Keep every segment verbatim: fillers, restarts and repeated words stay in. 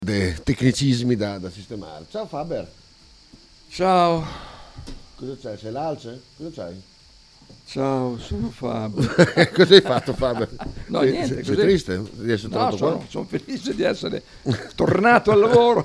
dei tecnicismi da, da sistemare. Ciao Faber. Ciao. Cosa c'hai? C'hai l'alce? Cosa c'hai? Ciao, sono Fabio. Cosa hai fatto Faber? No, sei, niente. Sei, Così... sei triste di essere tornato no, sono, qua? sono felice di essere tornato al lavoro.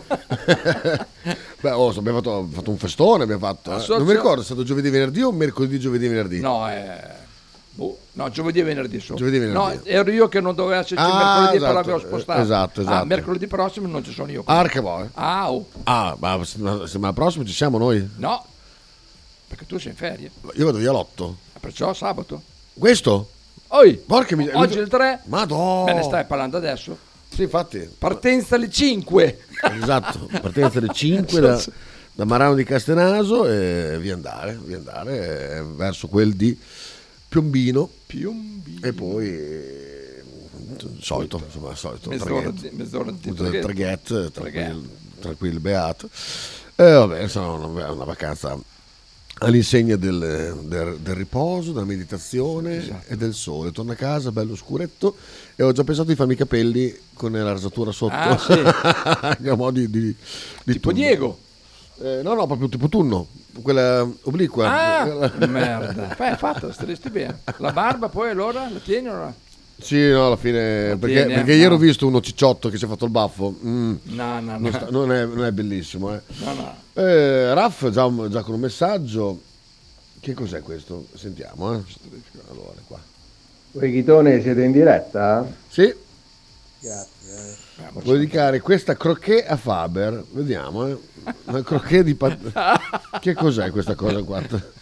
Beh, oh, abbiamo fatto, fatto un festone, abbiamo fatto. Eh. So, non so... mi ricordo, è stato giovedì venerdì o mercoledì giovedì venerdì? No, eh... boh, no, giovedì e venerdì solo. Giovedì e venerdì. No, ero io che non dovevo esserci ah, mercoledì, esatto, però l'avevo spostato. Esatto, esatto. Ah, mercoledì prossimo non ci sono io. Ah, che vuoi? Ah, oh. Ah, ma la settimana prossima ci siamo noi? No, perché tu sei in ferie. Io vado via l'otto. Perciò sabato. Questo? Oi, Porca mi... oggi è il tre. Madonna. Me ne stai parlando adesso? Sì, infatti. Partenza alle cinque. Esatto, partenza alle cinque da, da Marano di Castenaso e via andare, via andare eh, verso quel di Piombino, Piombino. E poi eh, solito, insomma, solito mezz'ora di, mezz'ora di traghetto, traghetto. tranquillo, tranquillo, beato. E vabbè, insomma, una, una vacanza all'insegna del, del, del riposo, della meditazione, esatto, e del sole. Torno a casa bello scuretto e ho già pensato di farmi i capelli con la rasatura sotto. Ah, sì. A mo' di, di, di tipo tunno. Diego. Eh, no, no, proprio tipo tunno, quella obliqua. Ah, merda. Beh, fatto, staresti bene. La barba poi allora la tieni ora? Sì, no, alla fine, la perché, tieni, perché eh? ieri ho no. visto uno cicciotto che si è fatto il baffo. Mm, no, no, non, no. sta, non, è, non è bellissimo, eh. No, no. Eh, Raff, già, già con un messaggio. Che cos'è questo? Sentiamo, eh. Allora, qua. Voi Chitone siete in diretta? Sì. Grazie. Eh, Vuoi dedicare questa croquet a Faber? Vediamo, eh. Una croquet di pat... Che cos'è questa cosa qua?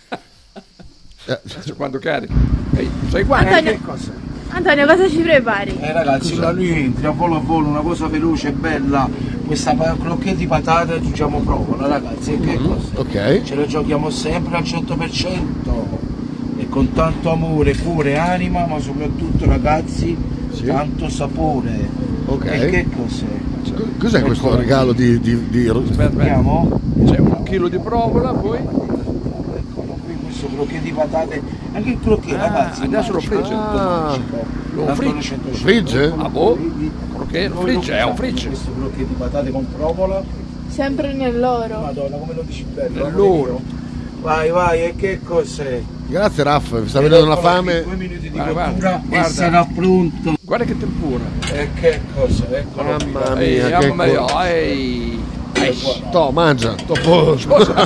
Eh. Quando carichi. Ehi, sai quanto? Antonio, che cosa? Antonio, cosa ci prepari? Eh ragazzi, da lui entri a volo a volo, una cosa veloce e bella, questa crocchetta di patate aggiungiamo provola ragazzi, e che Mm-hmm. cosa? Ok. Ce lo giochiamo sempre al cento per cento e con tanto amore, cuore e anima, ma soprattutto ragazzi, Sì. tanto sapore. Ok. E che cos'è? Co- Cos'è questo Ecco. regalo di... di, di... Aspetta, aspetta. Vediamo? C'è un chilo di provola, poi. Eccolo qui, questo crocchè di patate, anche il crocchè Ah, ragazzi. adesso lo magico, frigge. magico. Lo Tanto frigge. non c'è Lo frigge? Eccolo Ah, boh. qui. Crocchè, lo Noi frigge, è un usiamo frigge. Questo crocchè di patate con provola. Sempre nell'oro. Madonna, come lo dici bello. Nell'oro. Vai, vai, e che cos'è? Grazie Raff, mi sta venendo una Eccolo qui, fame. Due minuti di Guarda, cottura guarda, guarda. e sarà pronto. Guarda che tempura. E che cos'è? Eccolo qui. Mamma Ehi, mia, che mamma mia, co- ehi. Ehi. To, mangia. To,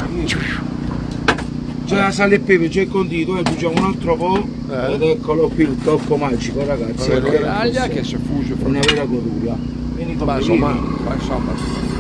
C'è la sale e pepe, c'è il condito, e aggiungiamo un altro po'. Eh. Ed eccolo qui il tocco magico ragazzi. Guarda E che L'Italia cos'è? che si è fuso fra Una vera goduria. Vieni con Ma me, insomma, vieni. ma insomma.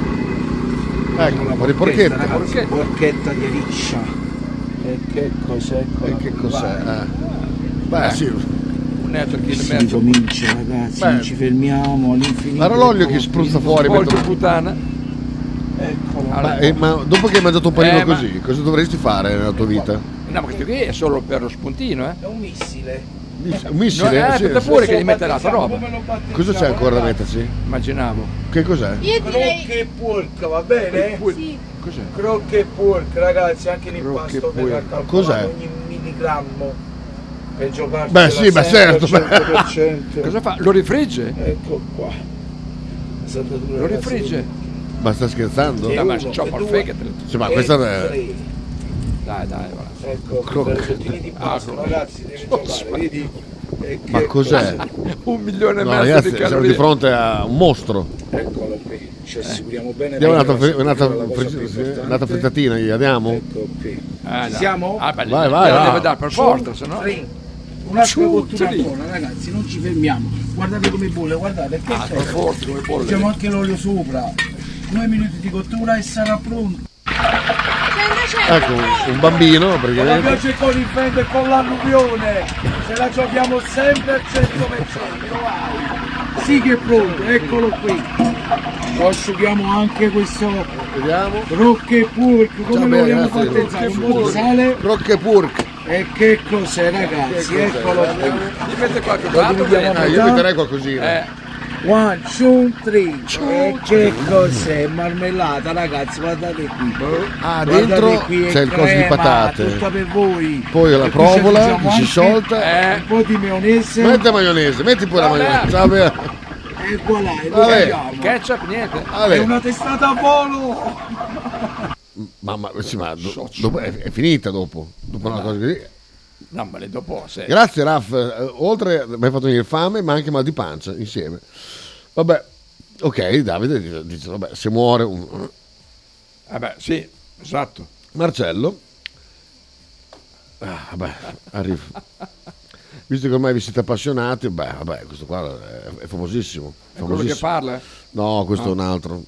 Ecco, un po' di porchetta, porchetta. ragazzi, Porchetta. porchetta di riccia. E che cos'è? E che cos'è? Vai. Eh. Beh, sì. Un ettaro chilo e Si mezzo. ricomincia ragazzi, Beh. non ci fermiamo all'infinito. Guarda l'olio che spruzza fuori. Volto mentre- puttana. Eccolo. Allora, Ma, eh, ma dopo che hai mangiato un panino Eh, ma- così, cosa dovresti fare nella tua vita? No, ma questo qui è solo per lo spuntino, eh. È un missile. Un No, missile? eh, Sì, aspetta sì. pure che gli mette l'altra roba. Come lo battezziamo, Cosa c'è ancora da ragazzi? metterci? Immaginavo. Che cos'è? Io direi... Crocche e pork, va bene? Sì. Cos'è? Crocche e pork, ragazzi, anche Crocche l'impasto e verrà pork. calcolato Cos'è? ogni milligrammo per giocare. Beh, sì, ma certo. cento per cento. Cosa fa? Lo rifrigge? Ecco qua. Saldatura, Lo ragazzi. rifrigge? Ma sta scherzando? E No, ma uno, c'ho e per due, fegato. Sì, ma e questa è... tre. Dai, dai, va. Ecco, Crocche. pezzettini di pasta, Ah, ragazzi, devi giocare, vedi? E Ma che cos'è? Un milione e No, mezzo ragazzi, di siamo calorie. di fronte a un mostro. Eccolo qui, ci assicuriamo bene. Diamo bene un'altra, la fri- un'altra, saldatura, la cosa fri- più sì, importante. un'altra frittatina, gli diamo? Ecco qui. Eh, Ci dai. siamo? Ah, beh, Vai, gliela vai, vai. deve dare per forza, se no. Tre. Un'altra Ciu, cottura ciu. buona, ragazzi, non ci fermiamo. Guardate come bolle, guardate, che Ah, per bello. forza, come bolle. Mettiamo anche l'olio sopra. Due minuti di cottura e sarà pronto. Ecco, un bambino Con la praticamente. pioggia e con il vento e con l'alluvione. Se la giochiamo sempre al cento per cento, vai. Sì che è pronto, eccolo qui. Lo asciughiamo anche questo Vediamo. crocche e pork, Ciao, come lo bene, vogliamo grazie. battezzare? Un po' di sale. Crocche purk. E che cos'è ragazzi, Che cos'è? eccolo qui. Gli mette qualche Lo altro dividiamo bene. Ah, io metterei qualcosina. Eh, One, two, three. E che cos'è? Marmellata ragazzi, guardate qui. Ah, Guardate dentro qui, è c'è il coso di crema, patate. tutta per voi. Poi la E qui ci provola aggiungiamo che si anche sciolta. eh. un po' di maionese. Metti maionese, metti pure la Vabbè. maionese. Ciao, bene. e voilà, e lo Vabbè. cambiamo. Ketchup, niente. Vabbè. È una testata a volo. Ma, ma, sì, ma do- dopo, è, è finita dopo. Dopo una cosa così. No, ma le dopo se... Grazie Raff, Eh, oltre mi hai fatto venire fame ma anche mal di pancia insieme. Vabbè, ok, Davide dice, dice, vabbè, se muore un... Vabbè, sì, esatto. Marcello, ah, vabbè, arriva. Visto che ormai vi siete appassionati, beh, vabbè, questo qua è, è famosissimo. È quello che famosissimo. parla? No, questo No. è un altro.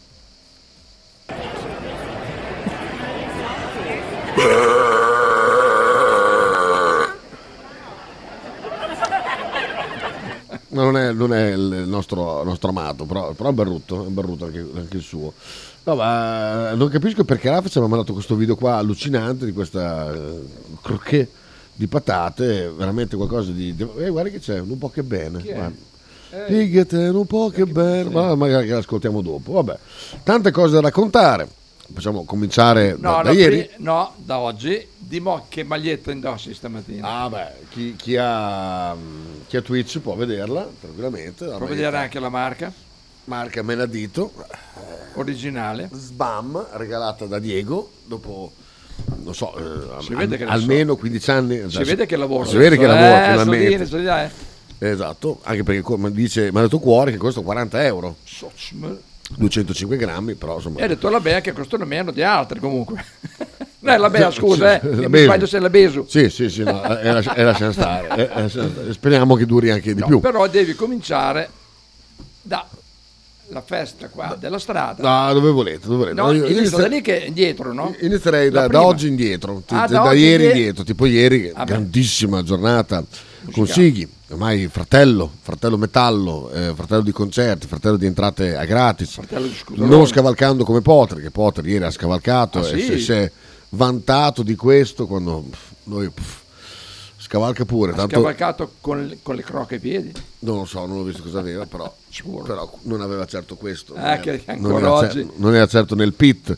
No, non è, non è il nostro, nostro amato, però, però è brutto, è brutto anche, anche il suo. No, ma non capisco perché Rafa ci aveva mandato questo video qua allucinante di questa eh, croquet di patate, veramente qualcosa di... di eh, guarda che c'è, un po' che bene. Chi è? guarda. Eh, Pigliate, un po' che bene, ma magari che l'ascoltiamo dopo. Vabbè, tante cose da raccontare. Possiamo cominciare no, da, da no, ieri. pri- no, da oggi. Di mo' che maglietta indossi stamattina. Ah, beh, chi, chi ha, chi ha Twitch può vederla tranquillamente. La Può maglietta vedere anche la marca marca Menadito, originale. Sbam, regalata da Diego dopo, non so, eh, Si vede che ne almeno quindici anni. Si vede che lavora. Si vede che adesso, lavora eh, finalmente. Soldini, soldini, eh. Esatto, anche perché come dice, mi ha detto cuore che costa quaranta euro, Sotsm. duecentocinque grammi, però insomma... E ha detto la Bea che costano meno di altri comunque. No, è la Bea, scusa, eh. Sì, la Io mi Besu. sbaglio se è la Besu. Sì, sì, sì, no, è, la, è lasciamo stare. È- è lasciamo stare. Speriamo che duri anche di No, più. però devi cominciare da la festa qua della strada. No, dove volete, dove volete. No, No, io- io inizio da inizi- lì che è indietro, no? Inizierei La da, da prima. oggi indietro, ti- Ah, da, da oggi ieri indie- indietro, tipo ieri, Ah, beh. grandissima giornata con Musicale. Sighi, ormai fratello, fratello metallo, eh, fratello di concerti, fratello di entrate a gratis, Fratello di Scusarone. non scavalcando come Potter, che Potter ieri ha scavalcato Ah, e sì? si, si è vantato di questo quando pff, noi pff, scavalca pure, Ha tanto scavalcato con, le- con le croche ai piedi. non lo so, non ho visto cosa aveva, però, Sicuro. però non aveva certo questo. Ah, non, che era, ancora non, era oggi. cer- non era certo nel pit.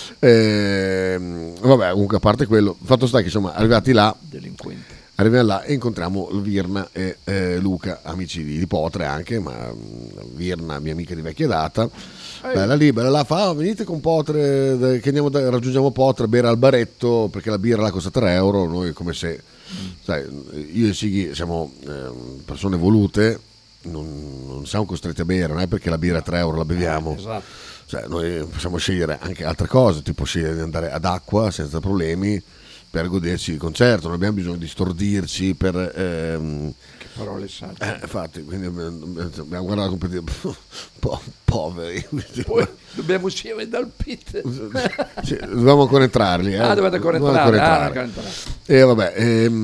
Ehm, vabbè, comunque a parte quello, il fatto sta che insomma arrivati là, Delinquente. arriviamo là e incontriamo Virna e eh, Luca, amici di, di Potre anche, ma mh, Virna mia amica di vecchia data, bella lì, bella là, fa "Oh, venite con Potre, eh, che andiamo da- raggiungiamo Potre a bere al baretto perché la birra là costa tre euro, noi come se, sai, io e Sighi siamo ehm, persone volute, non, non siamo costretti a bere, non è perché la birra a tre euro la beviamo. Esatto. Cioè, noi possiamo scegliere anche altre cose, tipo scegliere di andare ad acqua senza problemi per goderci il concerto, non abbiamo bisogno di stordirci per... ehm, Che parole sagge. eh, infatti, quindi abbiamo abbiamo guardato per dire, po- poveri. Poi dobbiamo uscire dal pit. Sì, dovevamo ancora entrare lì. Eh. Ah, dovete ancora Dovevamo entrare. Ah, entrare. ancora entrare. E vabbè,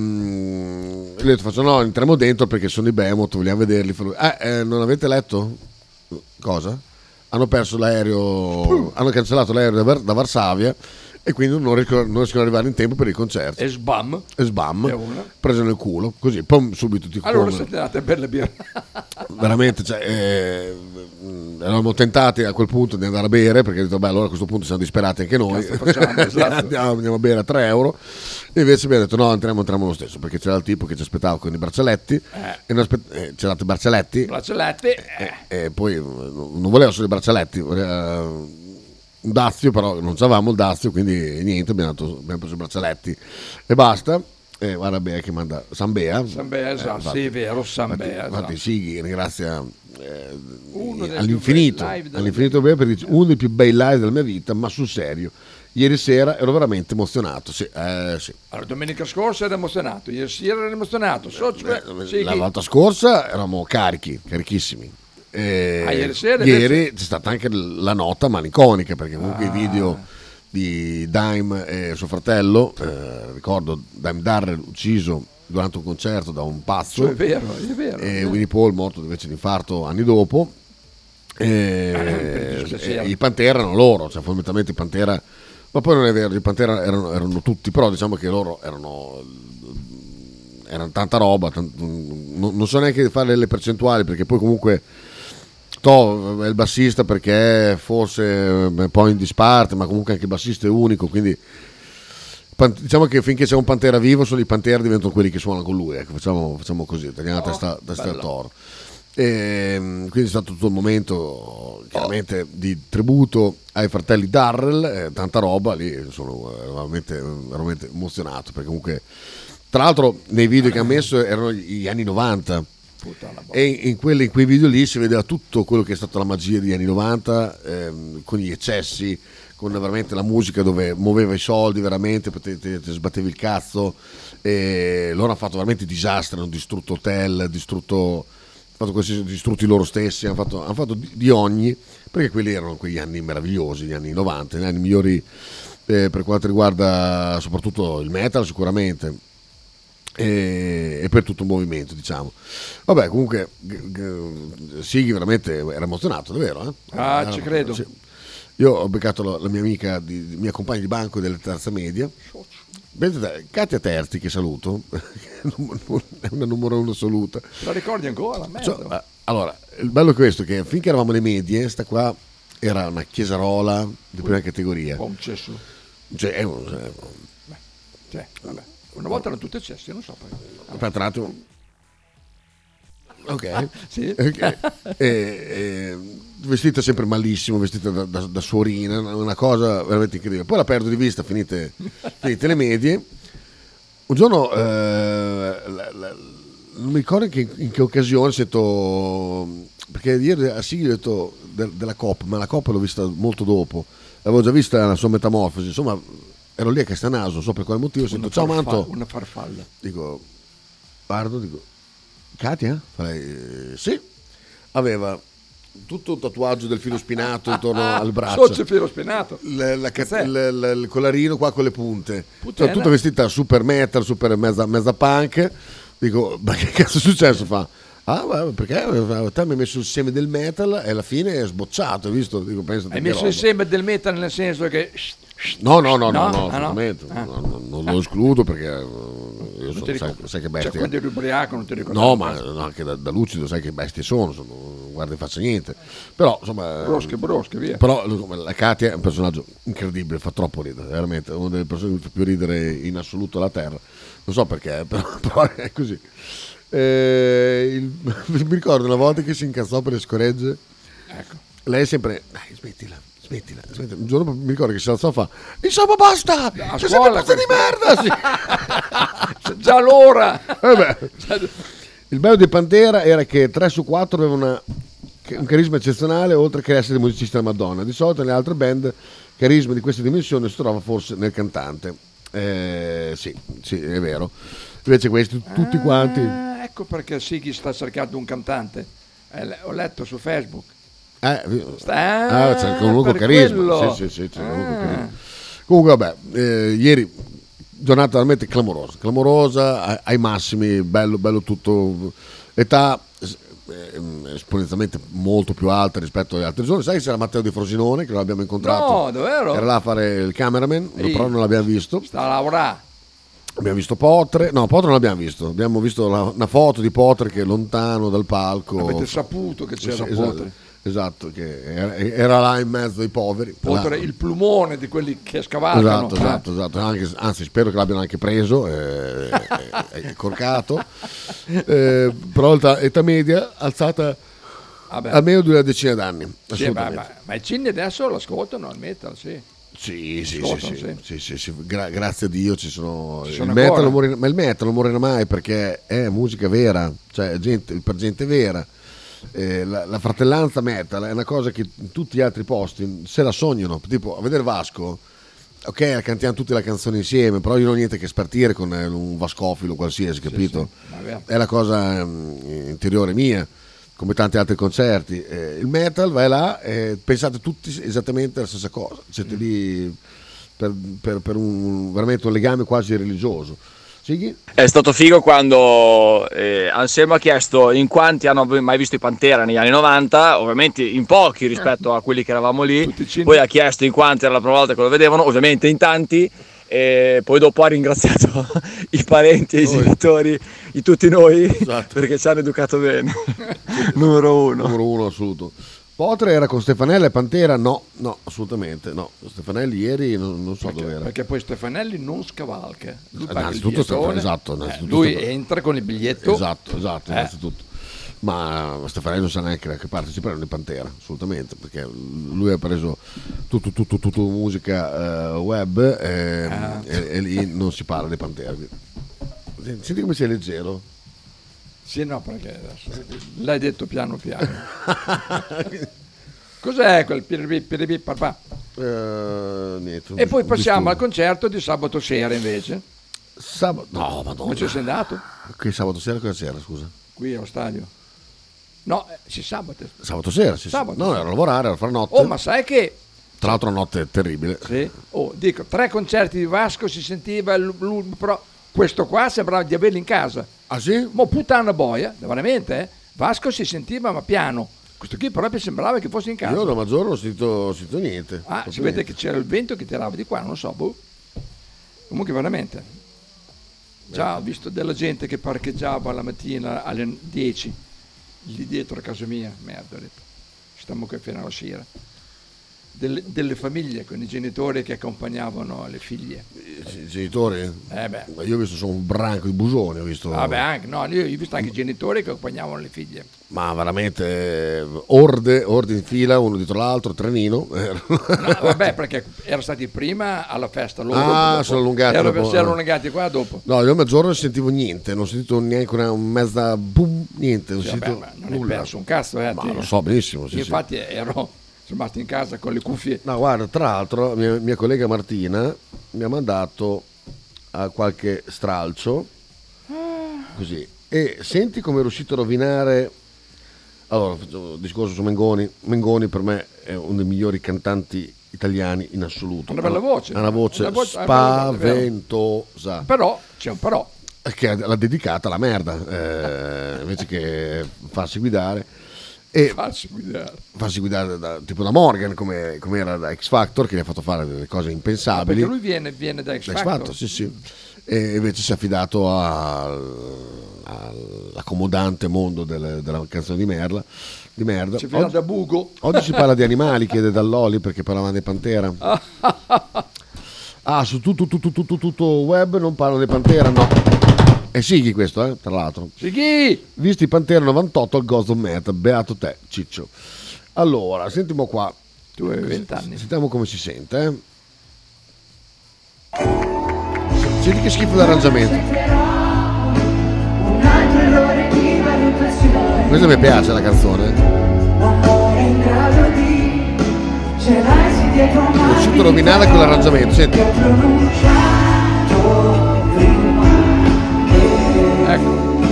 ehm, gli ho detto, faccio no, entriamo dentro perché sono i Behemoth, vogliamo vederli. Fa lui, "Eh, eh, non avete letto? Cosa? Hanno perso l'aereo, hanno cancellato l'aereo da, Var- da Varsavia e quindi non riescono, non riescono ad arrivare in tempo per i concerti. E sbam. E sbam, E una. preso nel culo, così, poi subito ti Allora come- siete andate per le birre. veramente, cioè, eh, eravamo tentati a quel punto di andare a bere perché ho detto, beh, allora a questo punto siamo disperati anche noi. Cazzo facciamo, esatto. andiamo, andiamo a bere a tre euro. E invece abbiamo detto no, entriamo, entriamo lo stesso perché c'era il tipo che ci aspettava con i braccialetti e non aspe- eh, ci ha dato i braccialetti Braccialetti. eh. e poi eh, non voleva solo i braccialetti, voleva un dazio, però non avevamo il dazio, quindi niente, abbiamo, dato- abbiamo preso i braccialetti e basta. E guarda Bea che manda Sambea. Sambea, esatto. infatti- sì, è vero, Sambea. Infatti, infatti esatto. Sighi ringrazia eh, Uno dei all'infinito, più bei live della all'infinito Bea, perché dice, uno dei più bei live della mia vita, ma sul serio. Ieri sera ero veramente emozionato. Sì, eh, sì. Allora, domenica scorsa ero emozionato, ieri sera ero emozionato. So, cioè, Eh, sì, la chi- volta scorsa eravamo carichi, carichissimi. E Ah, ieri sera ieri invece- c'è stata anche la nota malinconica perché comunque Ah. i video di Dime e suo fratello, eh, ricordo Dime Darrell ucciso durante un concerto da un pazzo, È vero, è vero. e Winnie Paul morto invece di infarto anni dopo. per E, dispiacere. e i Pantera erano loro, cioè fondamentalmente i Pantera, ma poi non è vero, i Pantera erano, erano tutti, però diciamo che loro erano erano tanta roba, tant- non, non so neanche fare le percentuali perché poi comunque To è il bassista perché forse è un po' in disparte, ma comunque anche il bassista è unico, quindi pan- diciamo che finché c'è un Pantera vivo solo i Pantera diventano quelli che suonano con lui, ecco, facciamo, facciamo così, tagliamo la Oh, testa, testa al bello. toro. E, quindi è stato tutto il momento chiaramente di tributo ai fratelli Darrell, eh, tanta roba lì, sono veramente, veramente emozionato perché comunque tra l'altro nei video che ha messo erano gli anni novanta e in, quelli, in quei video lì si vedeva tutto quello che è stata la magia degli anni novanta, ehm, con gli eccessi, con veramente la musica dove muoveva i soldi veramente, te, te, te sbattevi il cazzo, e loro hanno fatto veramente disastri, hanno distrutto hotel, distrutto fatto questi distrutti loro stessi, hanno fatto, hanno fatto di, di ogni, perché quelli erano quegli anni meravigliosi, gli anni novanta, gli anni migliori eh, per quanto riguarda soprattutto il metal sicuramente, e, e per tutto il movimento, diciamo. Vabbè, comunque g- g- Sighi veramente era emozionato, davvero, eh? Ah, era, ci credo. Sì. Io ho beccato la, la mia amica, di, di, mia compagna di banco della terza media, Katia Terzi, che saluto, è una numero uno assoluta. La ricordi ancora? Cioè, allora, il bello è questo, che finché eravamo alle medie, sta qua era una chiesarola di prima categoria. Un cesso. Cioè, è un, Beh, cioè, vabbè. Una volta erano tutte cessi, non so poi. Aspetta un attimo. Ok. Ah, sì. Okay. E, e, vestita sempre malissimo, vestita da, da, da suorina, una cosa veramente incredibile. Poi la perdo di vista, finite, finite le medie. Un giorno, eh, la, la, non mi ricordo in che, in che occasione sento, perché ieri a Sighi ho detto de, della Coop, ma la Coop l'ho vista molto dopo, l'avevo già vista la sua metamorfosi, insomma ero lì a Castanaso, non so per quale motivo, sento ciao farfalla, Manto, una farfalla. Dico, guardo, dico, Katia? Farei, sì, aveva tutto un tatuaggio del filo spinato intorno Ah, al braccio, socio filo spinato, la, la, la, la, la, il collarino qua con le punte, cioè, Puttana. tutta vestita super metal, super mezza, mezza punk. Dico, ma che cazzo è successo? Fa, ah, beh, perché te mi hai messo il seme del metal e alla fine è sbocciato, hai visto? Dico, pensa hai messo il seme del metal nel senso che no no no no, No? no, Ah, no? assolutamente Ah. no, no, non lo escludo perché io non sono, ti sai, ricordi. sai che Cioè, bestia. quando eri ubriaco non ti ricordi. No, ma no, anche da, da lucido sai che bestie sono, sono non guarda in faccia niente. Però insomma, Brosche, brosche, via. Però la Katia è un personaggio incredibile, fa troppo ridere, veramente, una delle persone che fa più ridere in assoluto alla terra. Non so perché, però, però è così. Eh, il, mi ricordo una volta che si incazzò per le scoregge. Ecco. Lei è sempre, dai, smettila, smettila, smettila. Un giorno mi ricordo che si alzò e fa, insomma basta, A c'è scuola sempre puzza di questo. merda. Sì. Già l'ora. Eh beh. Il bello di Pantera era che tre su quattro avevano una, un carisma eccezionale, oltre che essere musicisti della Madonna. Di solito nelle altre band carisma di queste dimensioni si trova forse nel cantante. Eh, sì, sì, è vero. Invece questi tutti Ah, quanti. Ecco perché Sighi sta cercando un cantante. Eh, le- ho letto su Facebook. Eh, Sta- ah, c'è anche uno con per carisma. quello. Sì, sì, sì, c'è uno con Ah. carisma. Comunque, vabbè, eh, ieri giornata veramente clamorosa, clamorosa ai, ai massimi, bello, bello tutto. Età eh, esponenzialmente molto più alta rispetto agli altri giorni. Sai che c'era Matteo Di Frosinone che l'abbiamo incontrato? No, davvero? Era là a fare il cameraman, Ehi. però non l'abbiamo visto. Sta a lavorare. Abbiamo visto Potre, no, Potre non l'abbiamo visto. Abbiamo visto la- una foto di Potre che è lontano dal palco. Avete saputo che c'era Sì, Potre. Esatto, che era, era là in mezzo ai poveri. Potre, Là. il plumone di quelli che scavalcano. Esatto, esatto, esatto. Anche- anzi, spero che l'abbiano anche preso, eh, è, è corcato. Eh, però l'età età media alzata Vabbè. almeno di una decina d'anni. Sì, ma, Assolutamente. ma, ma i cinni adesso lo ascoltano il metal, sì. Sì, sì, sì, Ascoltano, sì, sì. sì, sì, sì. Gra- grazie a Dio ci sono, Ci il sono metal ancora. non morirà, ma il metal non morirà mai perché è musica vera, cioè è gente, per gente vera. Eh, la, la fratellanza metal è una cosa che in tutti gli altri posti se la sognano, tipo a vedere Vasco, ok, cantiamo tutte le canzoni insieme, però io non ho niente che spartire con eh, un vascofilo qualsiasi, capito? sì, vabbè. È la cosa mm, interiore mia, come tanti altri concerti. Eh, il metal vai là e pensate tutti esattamente la stessa cosa, siete lì per, per- per un veramente un legame quasi religioso. Sighi? È stato figo quando eh, Anselmo ha chiesto in quanti hanno mai visto i Pantera negli anni novanta, ovviamente in pochi rispetto a quelli che eravamo lì, Tutti cinni. poi ha chiesto in quanti era la prima volta che lo vedevano, ovviamente in tanti, e poi dopo ha ringraziato i parenti e i Noi. genitori di tutti noi Esatto. perché ci hanno educato bene. Numero uno. Numero uno assoluto. Potre era con Stefanella e Pantera? No, no, assolutamente no. Stefanelli ieri non, non so dove era. Perché poi Stefanelli non scavalca. Lui paga il Innanzitutto bigliettone, Stefan- esatto, eh, innanzitutto lui Stefan- entra con il biglietto. Esatto, esatto, Eh. innanzitutto. Ma Stefanelli non sa neanche da che parte si prendono i Pantera, assolutamente, perché lui ha preso tutto, tutto, tutto musica uh, web e, Ah. e, e lì non si parla dei Pantera. Senti come sei leggero. Sì, no, perché adesso l'hai detto piano piano. Cos'è quel piribì piribì papà? Uh, niente, E poi un passiamo disturbo. al concerto di sabato sera invece. Sabato, no, madonna. Non ci sei andato? Che sabato sera cosa c'era, scusa? Qui allo stadio. No, eh, sì, sabato. Sabato sera, sì, sì. Sabato, No, sì. era a lavorare, era a fare notte. Oh, ma sai che... Tra l'altro una notte terribile. Sì. Oh, dico, tre concerti di Vasco si sentiva, l- l- però questo qua sembrava di averli in casa. Ah sì? Ma puttana boia, veramente, eh? Vasco si sentiva ma piano. Questo qui proprio sembrava che fosse in casa. Io da maggiore non ho sentito, ho sentito niente. Ah, Proprio si vede niente. che c'era il vento che tirava di qua, non lo so, boh. Comunque veramente. Già ho visto della gente che parcheggiava la mattina alle dieci, lì dietro a casa mia, merda, ho detto. Stiamo qui fino alla sera. Delle, delle famiglie con i genitori che accompagnavano le figlie. I genitori? Eh beh. Io ho visto solo un branco di busoni, ho visto. Vabbè, anche, no, io ho visto anche i genitori che accompagnavano le figlie. Ma veramente eh, orde, orde in fila, uno dietro l'altro, trenino. No, vabbè, perché erano stati prima alla festa loro. Ah, dopo. sono allungati Erano- dopo, si erano eh. allungati qua dopo. No, io a mezzogiorno non sentivo niente, non ho sentito neanche una un mezza boom, niente, non ho Sì, sentito vabbè, ma non hai nulla. perso un cazzo, eh, Ma te. lo so benissimo, sì, Io sì. infatti ero rimasto in casa con le cuffie. No, guarda, tra l'altro mia, mia collega Martina mi ha mandato a qualche stralcio, così, e senti come è riuscito a rovinare. Allora, faccio un discorso su Mengoni. Mengoni per me è uno dei migliori cantanti italiani in assoluto. Ha una bella voce. Ha una voce Una voce- ha una bella voce, è vero. spaventosa. Però, c'è un però. Che l'ha dedicata alla merda, eh, invece che farsi guidare. E Farsi guidare. farsi guidare da, tipo da Morgan, come, come era da X Factor, che gli ha fatto fare delle cose impensabili. Perché lui viene, viene da X Da X Factor. Factor, sì, sì. E invece si è affidato al- all'accomodante mondo delle- della canzone di merda. Di merda. Si è fidato Oggi, da Bugo. oggi si parla di animali, chiede Dall'Oli perché parlavano dei Pantera. Ah, su tutto, tutto, tutto, tutto web non parlano dei Pantera, no. È Sighi questo, eh, tra l'altro. Sighi! Visti Pantera novantotto al Ghost of Meta, beato te, Ciccio. Allora, sentiamo qua. Tu avevi vent'anni. Sentiamo come si sente, eh. Senti che schifo l'arrangiamento. Questa mi piace la canzone. È riuscito a rovinare con l'arrangiamento, senti. Ecco.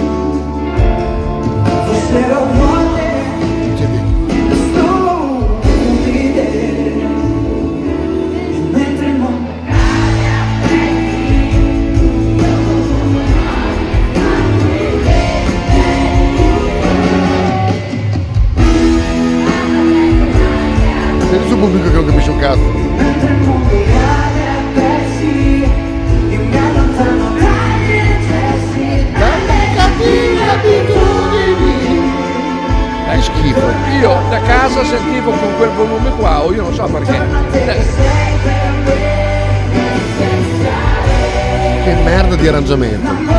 Senti il suo pubblico che non capisce un cazzo. Che schifo. Io da casa sentivo con quel volume qua, o io non so perché. Che merda di arrangiamento.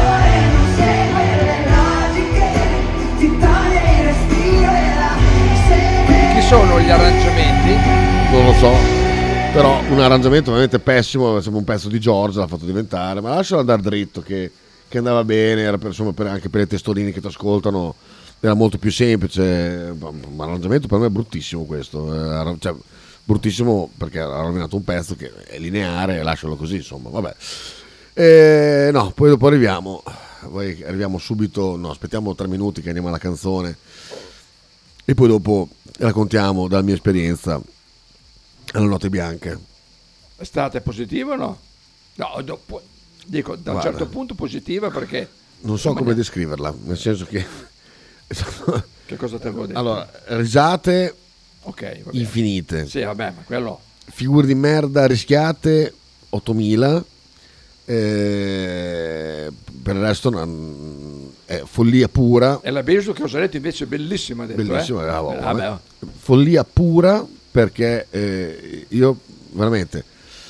Chi sono gli arrangiamenti? Non lo so. Però un arrangiamento veramente pessimo, sembra un pezzo di Giorgio, l'ha fatto diventare, ma lascialo andare dritto che, che andava bene, era per, insomma, per- anche per le testoline che ti ascoltano era molto più semplice, un arrangiamento per me è bruttissimo questo, eh, cioè, bruttissimo perché ha rovinato un pezzo che è lineare, lascialo così, insomma, vabbè. Eh, no, poi dopo arriviamo, poi arriviamo subito, no, aspettiamo tre minuti che andiamo alla canzone e poi dopo raccontiamo dalla mia esperienza alle note bianche. È stata positiva o no? No, dopo, dico da un Guarda. certo punto positiva perché. Non so insomma, come descriverla, nel senso che Che cosa ti avevo detto? allora, risate Ok, va bene. infinite, Sì, vabbè, ma quello. figure di merda rischiate ottomila, eh, per il resto non- è follia pura, E la Besu che ho detto invece è bellissima, ha detto, bellissima, eh? bravo, Vabbè, eh. follia pura perché eh, io veramente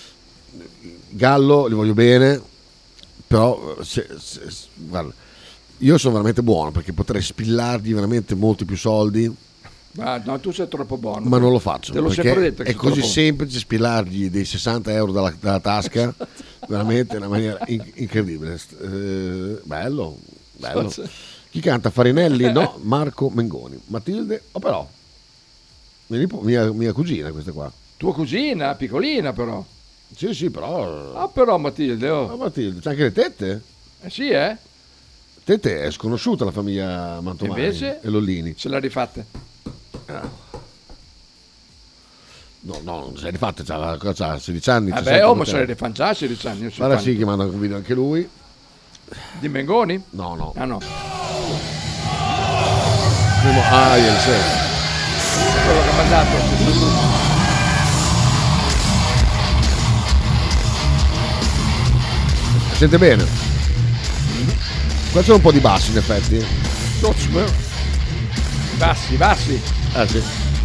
Gallo li voglio bene, però se, se- se- guarda, io sono veramente buono perché potrei spillargli veramente molti più soldi, Ma no, tu sei troppo buono. ma non lo faccio Te l'ho perché sempre detto che è sei così troppo- semplice spillargli dei sessanta euro dalla, dalla tasca, veramente in una maniera in- incredibile. St- eh, bello, bello. Chi canta? Farinelli? No, Marco Mengoni. Matilde? O però mia, nipo- mia, mia cugina questa qua. Tua cugina, piccolina però. Sì, sì, però. Ah, però Matilde, oh. Ah, Matilde, c'è anche le tette? Eh sì, eh? Tette è sconosciuta la famiglia Mantovani Invece? e Lollini. Ce l'ha rifatte. Ah. No, no, non si è rifatta, c'ha, c'ha sedici anni. Vabbè, diciassette, oh, ma poteva. se l'ha rifanno già sedici anni. io so Guarda quanti. sì che manda un video anche lui. Di Mengoni? No, no. Ah no, Primo, ah, ieri sera. quello che ha mandato. Sente bene? Qua c'è un po' di bassi in effetti. Bassi, bassi. Ah sì.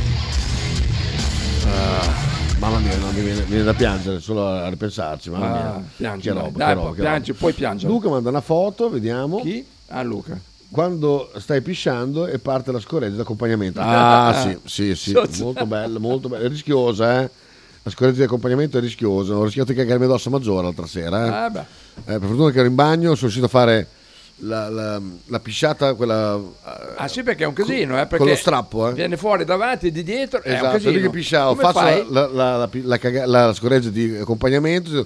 Ah, mamma mia, no, mi, viene, mi viene da piangere solo a ripensarci. Mamma Ah, mia. piangi, che dai, roba, dai, che roba, che piangi, roba. puoi piangere. Luca manda una foto, vediamo. Chi? Ah, Luca. Quando stai pisciando e parte la scoreggia d'accompagnamento. Ah, sì, sì, sì, So- molto bello, molto bello. È rischiosa, eh. La scoreggia di accompagnemento è rischiosa. Ho rischiato di cagarmi addosso a Maggiore l'altra sera. Eh. Ah, beh. Eh, per fortuna che ero in bagno, sono riuscito a fare la, la, la pisciata, quella. Ah sì, perché è un casino, eh, perché con lo strappo, eh. viene fuori davanti e di dietro, è un Esatto, casino. lì che pisciavo, Come faccio fai? la, la, la, la, caga- la scoreggia di accompagnamento.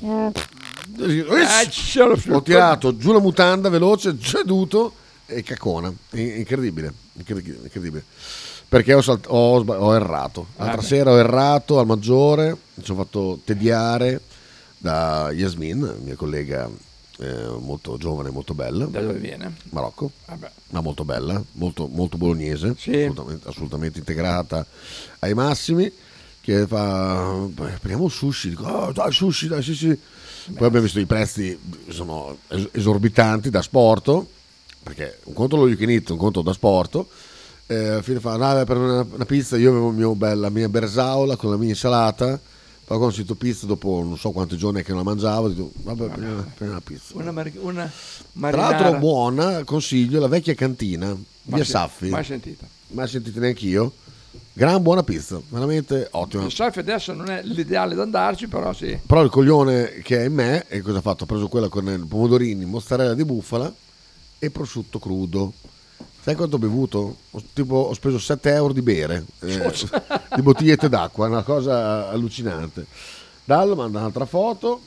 Ah, ce l'ho più. Ho tirato giù la mutanda veloce, ceduto e cacona. In- Incredibile, incredibile, incredibile. Perché ho, salt- ho sba- ho errato. L'altra Ah, beh. sera ho errato al Maggiore, mi sono fatto tediare da Yasmin, mia collega eh, molto giovane, molto bella. Da dove viene? Marocco, Vabbè. ma molto bella, molto, molto bolognese, Sì. assolutamente, assolutamente integrata ai massimi, che fa, prendiamo un sushi, dico, oh, dai sushi, dai, sì sì. Poi abbiamo visto i prezzi, sono es- esorbitanti da sporto, perché un conto lo you can eat, un conto da sporto. Eh, alla fine fa, no, per una, una pizza io avevo il mio bella, la mia bersaola con la mia insalata, poi quando ho sentito pizza dopo non so quanti giorni che non la mangiavo, dico, vabbè, prendi una, prendi una pizza. Una, mar- una Tra marinara. l'altro buona, consiglio, la vecchia cantina, via Mai- Saffi, Mai sentita. mai sentite neanche io, gran buona pizza, veramente ottima. Il Saffi adesso non è l'ideale da andarci, però sì. Però il coglione che è in me, e cosa ha fatto? Ha preso quella con i pomodorini, mozzarella di bufala e prosciutto crudo. Sai quanto ho bevuto? Ho, tipo, ho speso sette euro di bere, eh, di bottigliette d'acqua, una cosa allucinante. Dallo manda un'altra foto.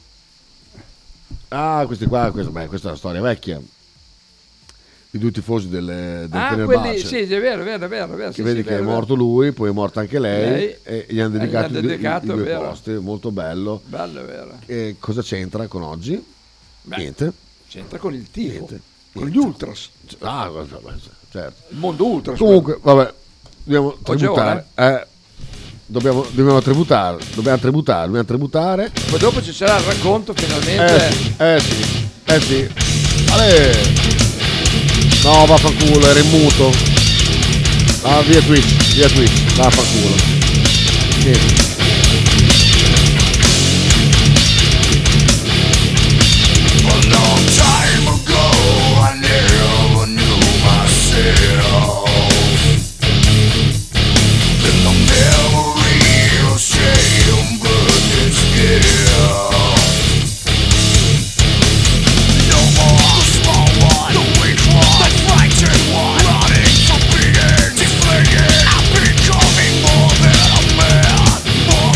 Ah, questi qua, questa, beh, questa è una storia vecchia. I due tifosi del, del Ah, Fenerbahce. quelli, sì, è vero, è vero, è vero. è vero Che sì, vedi sì, che è vero, morto lui, poi è morta anche lei, Lei. e gli hanno Eh, gli dedicato, hanno i due- dedicato, i, i due vero. posti, molto bello. vero. Bello, è vero. E cosa c'entra con oggi? Beh, Niente. C'entra con il tifo, Niente. con gli ultras, Ah, vabbè, certo. il mondo ultras. Comunque, vabbè, dobbiamo Oggi è tributare. Eh, dobbiamo, dobbiamo tributare, dobbiamo tributare, dobbiamo tributare. Poi dopo ci sarà il racconto finalmente. Eh sì, eh sì, eh sì. Ale. No, vaffanculo, era in muto. Ah, via Twitch, via Twitch, vaffanculo. Niente. I've been coming more than a man.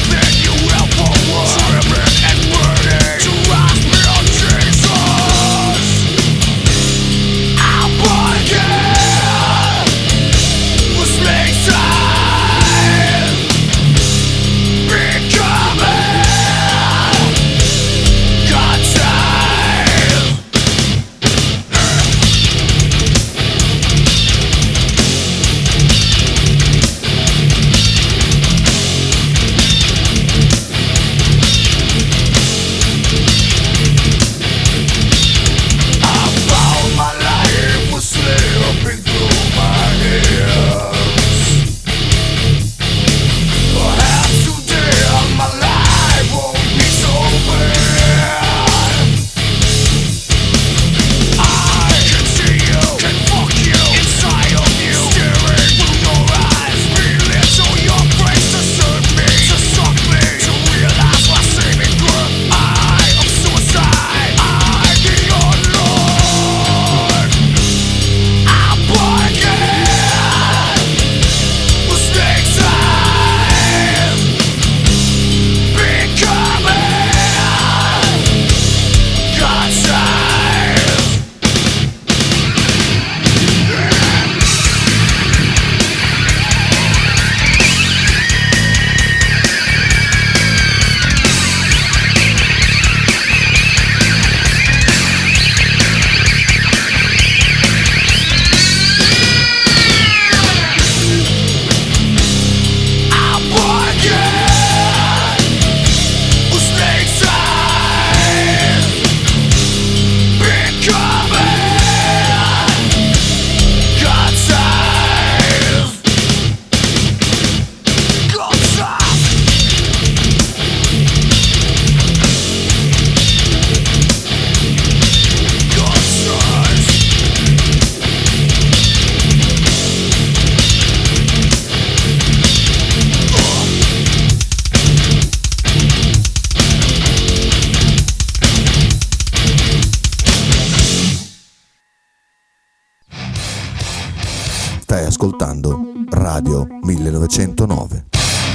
ascoltando Radio millenovecentonove.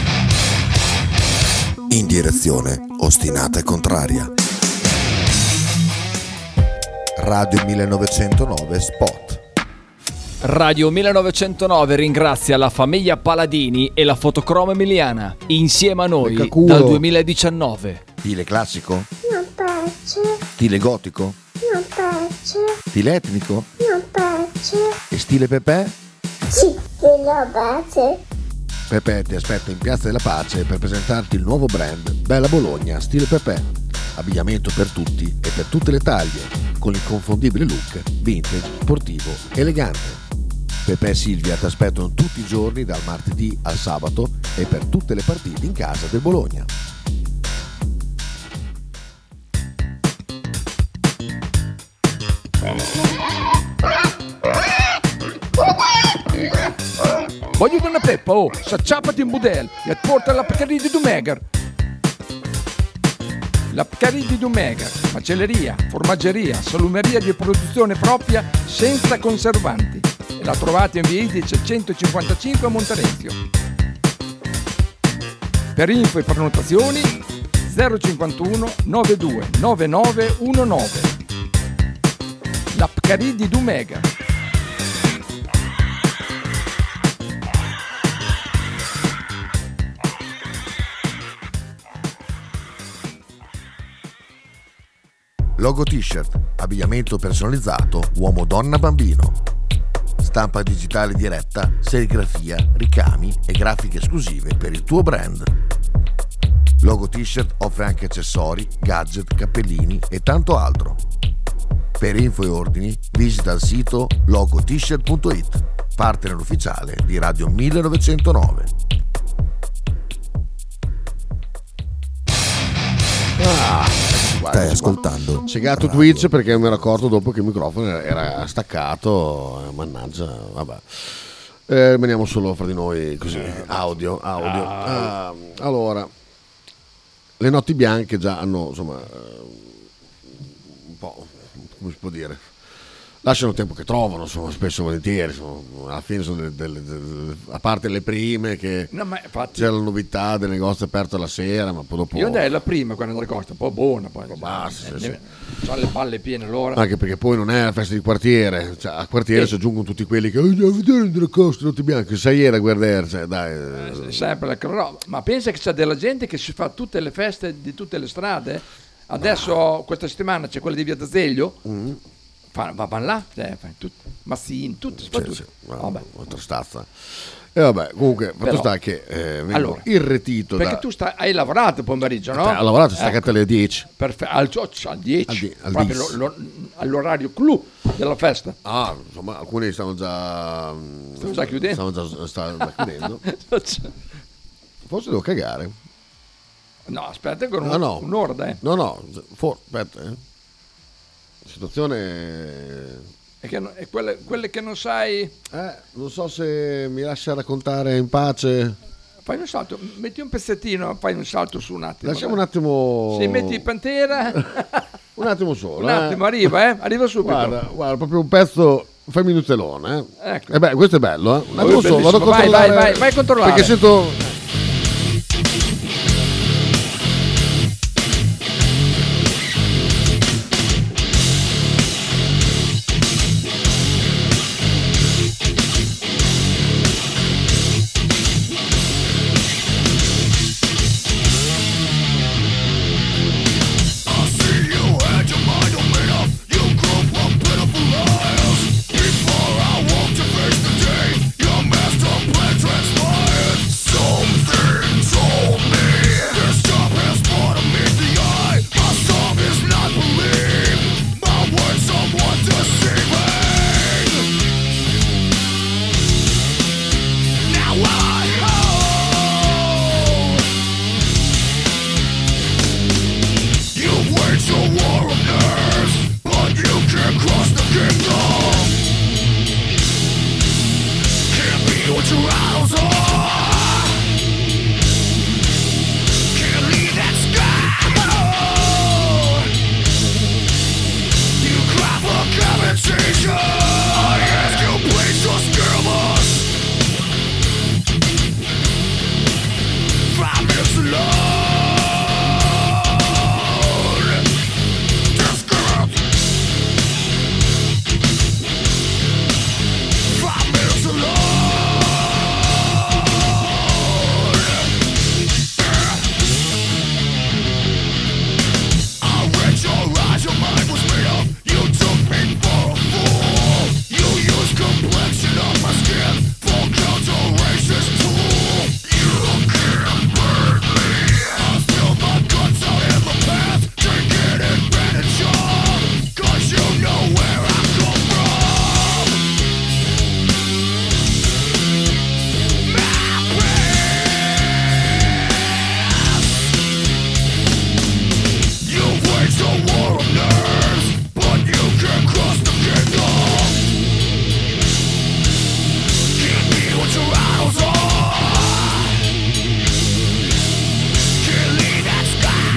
In direzione ostinata e contraria. Radio millenovecentonove Spot. Radio millenovecentonove ringrazia la famiglia Paladini e la Fotocromo Emiliana, insieme a noi dal duemiladiciannove. Stile classico? Non piace. Stile gotico? Non piace. Stile etnico? Non piace. E stile Pepe? Sì, non piace. Pepe ti aspetta in Piazza della Pace per presentarti il nuovo brand Bella Bologna stile Pepe. Abbigliamento per tutti e per tutte le taglie, con l'inconfondibile look vintage, sportivo, elegante. Pepe e Silvia ti aspettano tutti i giorni dal martedì al sabato e per tutte le partite in casa del Bologna. Voglio una peppa, oh, s'acciappati in budel e porta la Pcaridi di Dumegar. La Pcaridi di Dumegar, macelleria, formaggeria, salumeria di produzione propria senza conservanti. E la trovate in via Idice centocinquantacinque a Monterezio. Per info e prenotazioni zero cinquantuno novantadue novantanove diciannove. La Pcaridi di Dumegar. Logo t-shirt, abbigliamento personalizzato, uomo, donna, bambino. Stampa digitale diretta, serigrafia, ricami e grafiche esclusive per il tuo brand. Logo t-shirt offre anche accessori, gadget, cappellini e tanto altro. Per info e ordini visita il sito logo t shirt punto it, partner ufficiale di Radio millenovecentonove. Ah, Stai ascoltando? Segato Twitch perché mi ero accorto dopo che il microfono era staccato. eh, Mannaggia, vabbè. Eh, rimaniamo solo fra di noi così, audio, audio. Ah, allora, le notti bianche già hanno, insomma, eh, un po', come si può dire, lasciano il tempo che trovano, insomma, spesso e volentieri, insomma, alla fine sono delle, delle, delle, a parte le prime che No, ma infatti, c'è la novità del negozio aperto la sera, ma poi dopo io andai la prima quando andai Costa, un po' buona, poi basta, eh, sì, ne- c'ha le palle piene l'ora. anche perché poi non è la festa di quartiere, cioè, a quartiere Eh. si aggiungono tutti quelli che "Oh, andiamo a vedere Andrea Costa, notti bianche, sai era a guardare, cioè, dai, Eh, eh, sempre la roba. Ma pensa che c'è della gente che si fa tutte le feste di tutte le strade. Adesso questa settimana c'è quella di Via d'Azeglio. Mm. Fa- va, van là, eh, fa tut- Mazzini, tutti, si fa sì, tutti. sì, Vabbè. un'altra stazza. E vabbè, comunque, fatto Però- sta che eh, vengo Allora, irretito Perché da... tu sta- hai lavorato pomeriggio, no? Te, ho lavorato, Ecco. staccate alle dieci. Perfetto, al, al dieci, Al die- al proprio dieci. lo- lo- all'orario clou della festa. Ah, insomma, alcuni stavano già... Stavano già chiudendo. Stavano già, stavano già chiudendo. Forse devo cagare. No, aspetta, ancora No, un- no. un'ora, dai. No, no, for, aspetta, eh. Situazione... E, che non- e quelle, quelle che non sai, Eh, non so se mi lascia raccontare in pace. fai un salto, metti un pezzettino, fai un salto su un attimo. Lasciamo un dai. attimo... Se metti Pantera, Un attimo solo. un attimo, eh. arriva, eh? Arriva subito. Guarda, guarda, proprio un pezzo... Fai minutelone, eh. Ecco. Eh beh, questo è bello, eh. Un Oh, attimo solo, vado a bellissimo. Vai, controllare... vai, vai, vai a controllare. Perché sento... Before I walk to face the day, your master plan transpired. So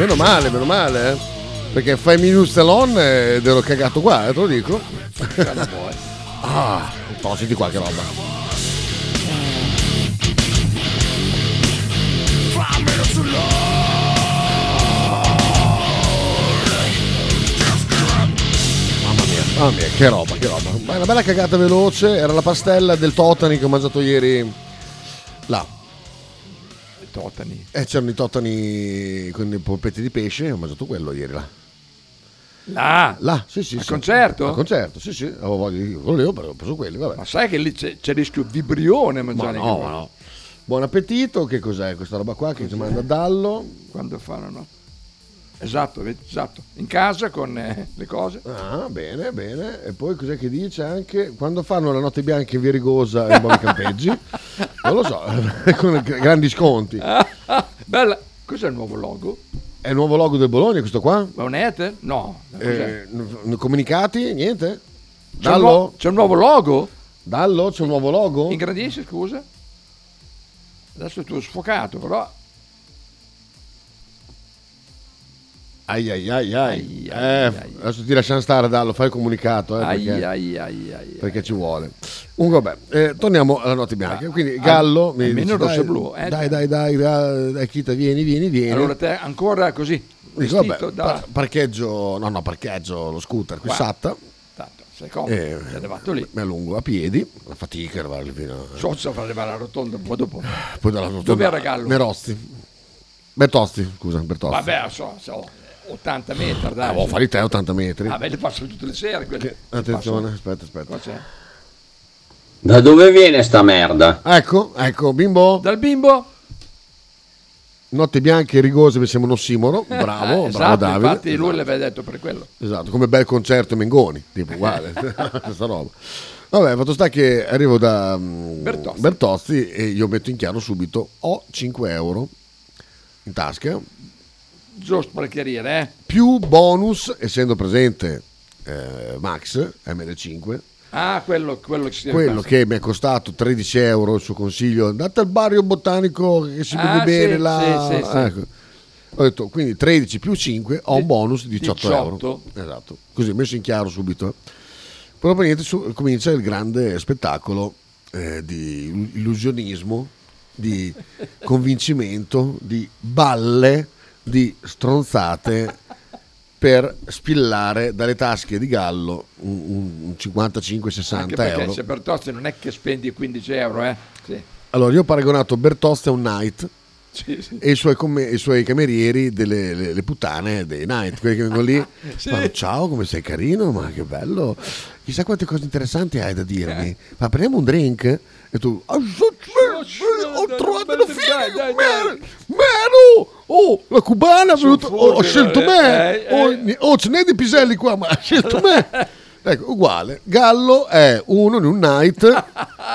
Meno male, meno male, eh. Perché fai minus salon ed ero cagato qua, eh, te lo dico. Ah, no, senti qua che roba. Mamma mia, che roba, che roba. Ma una bella cagata veloce, era la pastella del totani che ho mangiato ieri là. I totani. Eh, c'erano i totani con i polpetti di pesce, ho mangiato quello ieri là. Là? Là, sì, sì. Al sì. concerto? Al concerto, sì, sì. Avevo voglia di quello lì, ho preso quelli, vabbè. Ma sai che lì c'è, c'è rischio vibrione a Ma mangiare? no, ma no. Buon appetito, che cos'è questa roba qua che ci manda Dallo? Quando fanno, no? Esatto, esatto. In casa con eh, le cose. Ah, bene, bene. E poi cos'è che dice anche? Quando fanno la notte bianca in Virigosa e in buoni campeggi? Non lo so, con grandi sconti. Bella. Cos'è il nuovo logo? È il nuovo logo del Bologna questo qua? Ma un Ether? No. Eh, n- comunicati? Niente? C'è un, Dallo? nuovo, c'è un nuovo logo? Dallo? C'è un nuovo logo? Ingrandisci, scusa? Adesso tu hai sfocato, però... Ai ai ai ai. Ai, eh, ai, ai. Adesso ti lasciamo stare, Dallo, fai il comunicato. Eh, Ai, perché, ai, ai, ai, perché ai. ci vuole. Comunque, vabbè, eh, torniamo alla notte bianca. Quindi Gallo mi almeno dice, rosso e dai, blu, eh. dai, dai, dai, dai, dai, Chita, vieni, vieni, vieni. Allora te ancora così, Dico, vestito vabbè, da... par- parcheggio, no, no, parcheggio lo scooter qui Qua. Satta. Tanto, sei comodo, Eh, sei arrivato lì. Mi allungo a piedi, la fatica arrivare lì fino a... So se fa arrivare alla rotonda un po' dopo. Poi dalla rotonda- Dove era Gallo? Nerozzi. Bertozzi, scusa, Bertozzi. Vabbè, so, so, ottanta metri, dai. Ah, boh, fai te ottanta metri. Vabbè, le passo tutte le sere. Quelle. Che- attenzione, Passo- aspetta, aspetta. Qua c'è. Da dove viene sta merda? Ecco, ecco, bimbo. Dal bimbo? Notte bianche e rigose mi sembra un ossimoro. Bravo, Eh, bravo esatto, Davide. infatti lui l'aveva detto per quello. Esatto, come bel concerto Mengoni, tipo uguale, questa roba. Vabbè, fatto sta che arrivo da mm, Bertozzi. Bertozzi e io metto in chiaro subito, ho cinque euro in tasca, Giusto per chiarire, eh? più bonus, essendo presente eh, Max, M L cinque, Ah, quello, quello che si quello che mi è costato tredici euro il suo consiglio, andate al Barrio Botanico che si Ah, vede bene sì, là. sì, sì, sì. Ecco. Ho detto, quindi tredici più cinque, ho un bonus di diciotto, euro. diciotto. Esatto, così messo in chiaro subito. Poi dopo niente su- comincia il grande spettacolo eh, di illusionismo, di convincimento, di balle, di stronzate per spillare dalle tasche di Gallo un, un cinquantacinque Anche sessanta perché euro. se Bertozzi non è che spendi quindici euro, eh? Sì. Allora io ho paragonato Bertozzi a un night Sì, sì. e i suoi, come- i suoi camerieri delle le, le puttane dei night, quelli che vengono lì, Sì. fanno, ciao, come sei carino, ma che bello, chissà quante cose interessanti hai da dirmi, ma prendiamo un drink? E tu, "Ah, so- ho trovato la figlia, Mero, Mero, oh, la cubana è venuta, oh, ho scelto me, eh, oh, eh. ni- oh, ce n'è di piselli qua, ma ha scelto me." Ecco, uguale, Gallo è uno in un night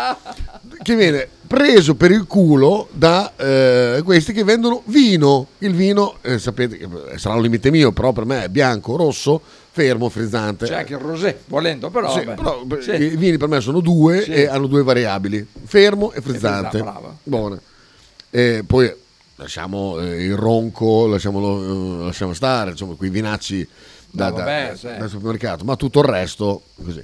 che viene preso per il culo da eh, questi che vendono vino. Il vino, eh, sapete, che sarà un limite mio, però per me è bianco, rosso, fermo, frizzante. C'è anche il rosé, volendo, però... Sì, vabbè. però beh, Sì. i vini per me sono due Sì. e hanno due variabili, fermo e frizzante. frizzante, brava. Buona. E poi lasciamo eh, il ronco, lasciamolo, eh, lasciamo stare, insomma, quei vinacci da, No, da- vabbè, da- sì. dal supermercato, ma tutto il resto così.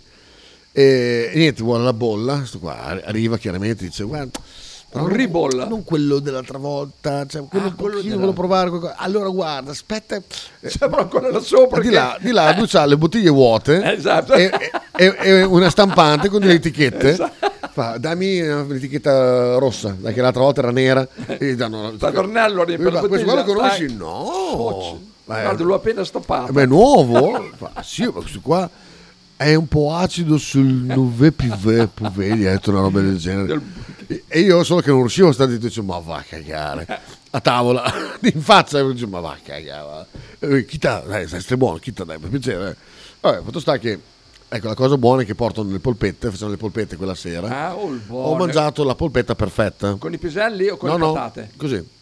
E, e niente, vuole la bolla, sto qua, arri- arriva chiaramente, dice guarda, però Un non- ribolla? non quello dell'altra volta, cioè, quello Ah, un quello pochino della- volevo provare qualcosa. Allora guarda, aspetta, eh, Sembra ancora là sopra. di che- là, di là lui c'ha le bottiglie vuote Esatto. e, e- e una stampante con delle etichette. Esatto. Fa, dammi un'etichetta rossa, dai, che l'altra volta era nera. E gli danno, Tavernello lì per la Ma questo qua lo bottiglia, conosci? dai. No. Occi. Beh, Guarda, l'ho appena stappato. ma è nuovo? Fa, sì, ma questo qua è un po' acido sul Nouveau Pivet, Poveri, ha detto una roba del genere. Del- E- E io solo che non riuscivo a stare zitto, dicevo, ma va a cagare. A tavola, in faccia, e dicevo, ma va a cagare. Eh, Chita, dai, stai buono, chita, dai, per piacere. Vabbè, fatto sta che, ecco, la cosa buona è che portano le polpette, facciamo le polpette quella sera. Ah, oh, il buono. Ho mangiato la polpetta perfetta. Con i piselli o con no, le no, patate? così.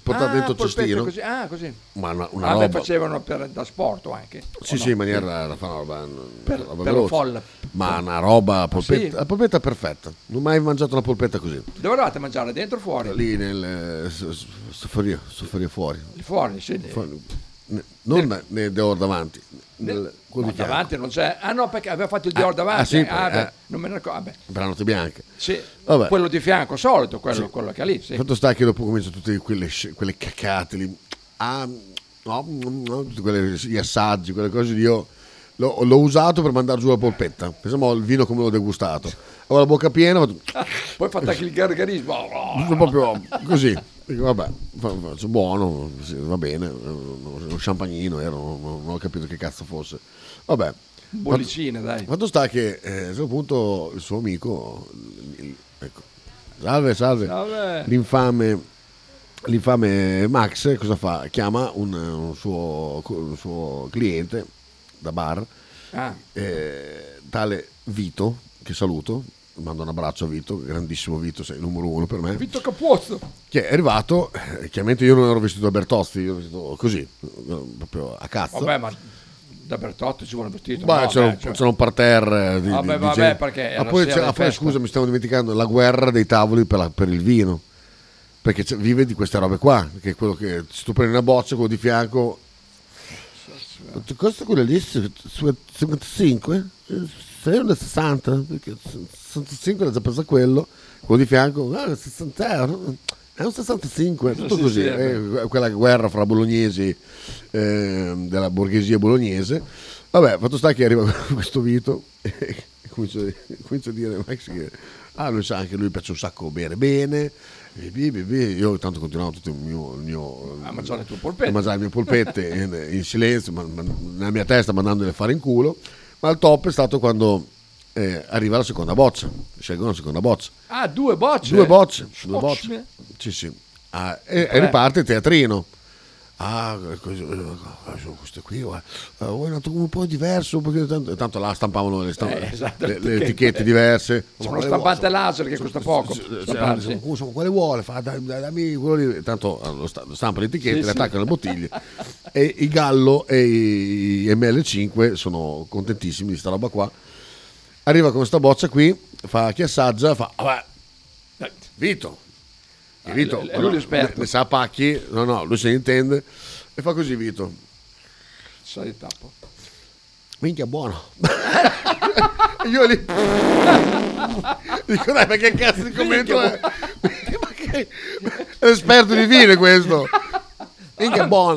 portata ah, dentro il cestino. Così. Ah, così. Ma una, una ah, roba... beh, facevano per, da sport anche. Sì, no? sì, in maniera da fare una roba, per, una roba per veloce. folla. Ma una roba, polpetta, Ah, sì? la polpetta perfetta. Non ho mai mangiato una polpetta così. Dove eravate a mangiare? Dentro o fuori? Lì nel sofferia, sofferia fuori. Fuori, sì. Fuori. Non nel, nel Dior davanti. Nel, no, di davanti non c'è. Ah no, perché aveva fatto il Dior ah, davanti. Ah, sì, ah, eh, beh, non me ne ricordo. Vabbè. Per la notte bianca. Sì, Vabbè. quello di fianco, solito, quello, Sì. quello che è lì. Sì. Fatto sta che dopo cominciano tutte quelle, quelle cacate lì. Ah, no, no, tutti quelle, gli assaggi, quelle cose lì. Io l'ho, l'ho usato per mandare giù la polpetta. Pensiamo il vino come l'ho degustato. Avevo la bocca piena. Ho fatto... Ah, poi fatto anche il gargarismo. Sono proprio così. Dico, vabbè, faccio buono, sì, va bene. Uno champagnino era, non, non ho capito che cazzo fosse. Vabbè. Bollicine, fatto, dai. Fatto sta che eh, a un certo punto il suo amico, il, ecco, salve, salve, salve. L'infame, l'infame Max cosa fa? Chiama un, un, suo, un suo cliente da bar, ah. eh, tale Vito, che saluto. Mando un abbraccio a Vito, grandissimo Vito, sei il numero uno per me. Vito Capuozzo. Che è arrivato, eh, chiaramente io non ero vestito da Bertozzi, io ero vestito così, proprio a cazzo. Vabbè, ma da Bertotto ci vuole vestito. Beh, no, c'era, beh, cioè... c'era un parterre di, vabbè, di, di vabbè, gente. perché Ma poi, c'era, poi scusa, mi stavo dimenticando la guerra dei tavoli per, la, per il vino, perché vive di queste robe qua, che è quello che se tu prendi una boccia, quello di fianco, quanto costa quello lì? cinquantacinque? sei uno sessanta, perché sessantacinque l'ha già preso quello, quello di fianco, ah, sessanta euro, è un sessantacinque, tutto sì, così, sì, eh, quella guerra fra bolognesi, eh, della borghesia bolognese. Vabbè, fatto sta che arriva questo Vito e comincia, comincia a dire Max che ah, lui sa anche lui piace un sacco bere bene, e bì, bì, bì. Io intanto continuavo tutto il mio, il mio a mangiare le tue polpette, a mangiare le mie polpette in, in silenzio, ma, ma, nella mia testa mandandole a fare in culo. Ma il top è stato quando eh, arriva la seconda boccia, scelgono la seconda boccia. Ah, due bocce? Due bocce, due bocce. Sì, sì. Ah, e, e riparte il teatrino. Ah, così, queste qui, uh, vuoi un po' diverso, perché tanto, tanto là stampavano le, stamp- eh, esatto, le, le etichette diverse. Sono stampante laser che costa poco. Quale vuole? Fa, dai, dammi quello lì. Tanto lo stampa le etichette, sì, le sì. attaccano le bottiglie. E i Gallo e i M L cinque sono contentissimi di sta roba qua. Arriva con questa boccia qui, fa chi assaggia, fa vabbè, Vito. E Vito è lui l'esperto. Ne sa pacchi, no no, lui se ne intende. E fa così Vito. Sai tappo. Minchia buono. Io lì dico dai, ma che cazzo di commento è? Ma che è l'esperto di vino questo. Minchia buono.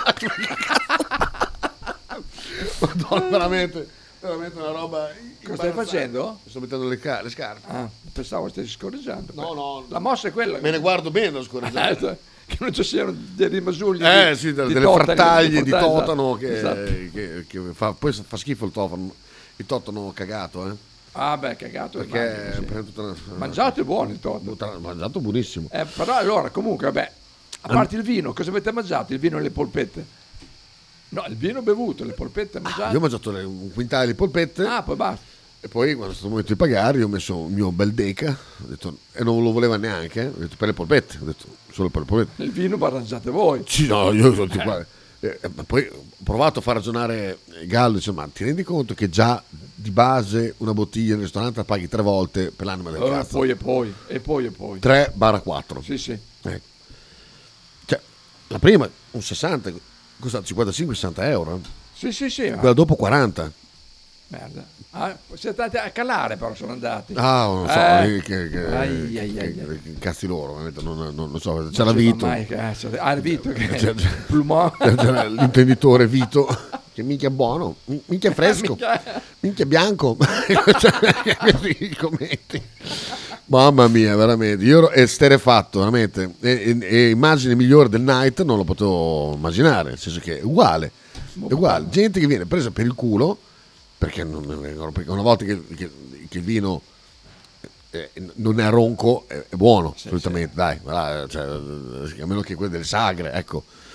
Madonna, veramente veramente una roba. Cosa stai facendo? Sto mettendo le, car- le scarpe. Ah, pensavo stessi scorreggiando. No, no. La mossa è quella. Me ne guardo bene lo scorreggiando. Che non ci siano dei rimasugli. Eh di, sì, di delle totani, frattaglie di frattaglie, totano che, esatto. che, che fa, poi fa schifo il totano. Il totano cagato, eh. Ah beh, cagato. Perché immagino, sì. tutta una, mangiato è buono il totano. Mangiato buonissimo. Eh, però allora comunque vabbè, a parte il vino, cosa avete mangiato? Il vino e le polpette? No, il vino bevuto, le polpette mangiate. Ah, io ho mangiato le, un quintale di polpette. Ah, poi basta. E poi quando è stato il momento di pagare io ho messo il mio bel deca, ho detto, e non lo voleva neanche, eh. Ho detto per le polpette, ho detto solo per le polpette. Il vino vi arrangiate voi. Sì, no, io sono tutti qua. Eh, ma poi ho provato a far ragionare Gallo, dice, ma ti rendi conto che già di base una bottiglia in ristorante la paghi tre volte per l'anima del Oh, cazzo? e poi e poi, e poi e poi. tre barra quattro. Sì, sì. Ecco. Cioè, la prima, un sessanta, costa cinquantacinque sessanta euro. Sì, sì, sì. Quella dopo quaranta. Merda. Ah, siete andati a calare però sono andati. Ah, non so, eh. che, che, ai, che, ai, che, ai. che cazzi loro, non, non, non so, c'è Non la si Vito. fa mai, eh, ah, il Vito che C'è- c'è- Plumon. c'è l'intenditore Vito, che minchia buono, minchia fresco, minchia bianco. Così i commenti. Mamma mia, veramente, io ero esterefatto, veramente. E, e, e immagine migliore del Night non lo potevo immaginare, nel senso che è uguale, è uguale. Gente che viene presa per il culo, perché, non, perché una volta che, che, che il vino eh, non è ronco, è, è buono, Sì, assolutamente, sì. dai, voilà, cioè, a meno che quelle delle sagre, ecco.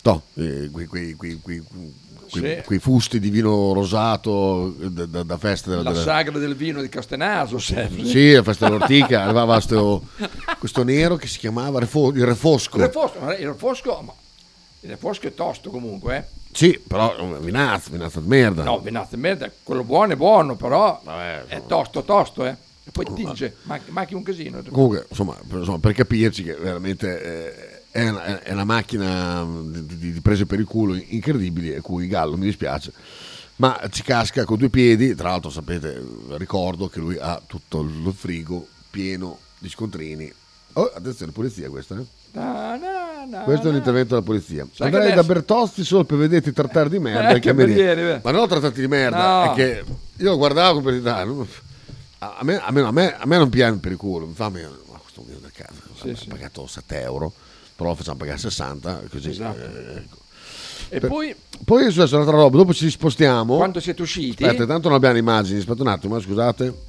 No, eh, quei, quei, quei, quei, quei, Sì. quei fusti di vino rosato da, da, da festa della, La della- sagra del vino di Castenaso sempre. Sì, la festa dell'ortica, aveva sto- questo nero che si chiamava refo- il refosco. Il refosco, ma il refosco, ma il refosco è tosto comunque, eh. Sì, però un vinazzo, vinazzo di merda. No, vinazzo di merda, quello buono è buono, però Vabbè, è tosto, tosto, eh. E poi tinge, manchi, manchi un casino. Comunque, insomma, per, insomma, per capirci che veramente eh, è, una, è una macchina di, di- di prese per il culo incredibili, a cui Gallo mi dispiace, ma ci casca con due piedi. Tra l'altro sapete, ricordo che lui ha tutto lo frigo pieno di scontrini. Oh, attenzione, polizia questa, eh? Na, na, na, Questo è un na. intervento della polizia. Sai Andrei che da adesso- Bertosti solo per vederti trattare di merda Eh, i camerieri. camerieri, beh. Ma non trattati di merda, No. è che io lo guardavo per dire, a a me, a me, a me, a me non piace per il culo, mi fa, ma questo mio da casa, Sì, ho sì. pagato sette euro, però lo facciamo pagare sessanta, così. Esatto. eh, ecco. E Per- poi, Poi è successa un'altra roba, dopo ci spostiamo. quando siete usciti, Aspetta, tanto non abbiamo immagini, aspetta un attimo, eh, scusate.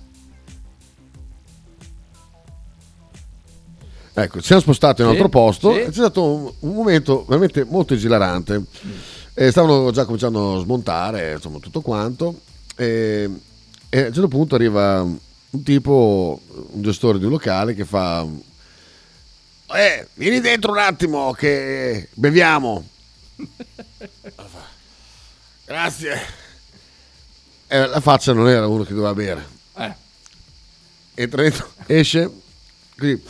Ecco, ci siamo spostati in un Sì, altro posto sì. e c'è stato un, un momento veramente molto esilarante. E stavano già cominciando a smontare, insomma, tutto quanto. E, e a un certo punto arriva un tipo, un gestore di un locale che fa: Eh, vieni dentro un attimo che beviamo. Grazie. E la faccia non era uno che doveva bere. eh, Entra dentro, esce, così.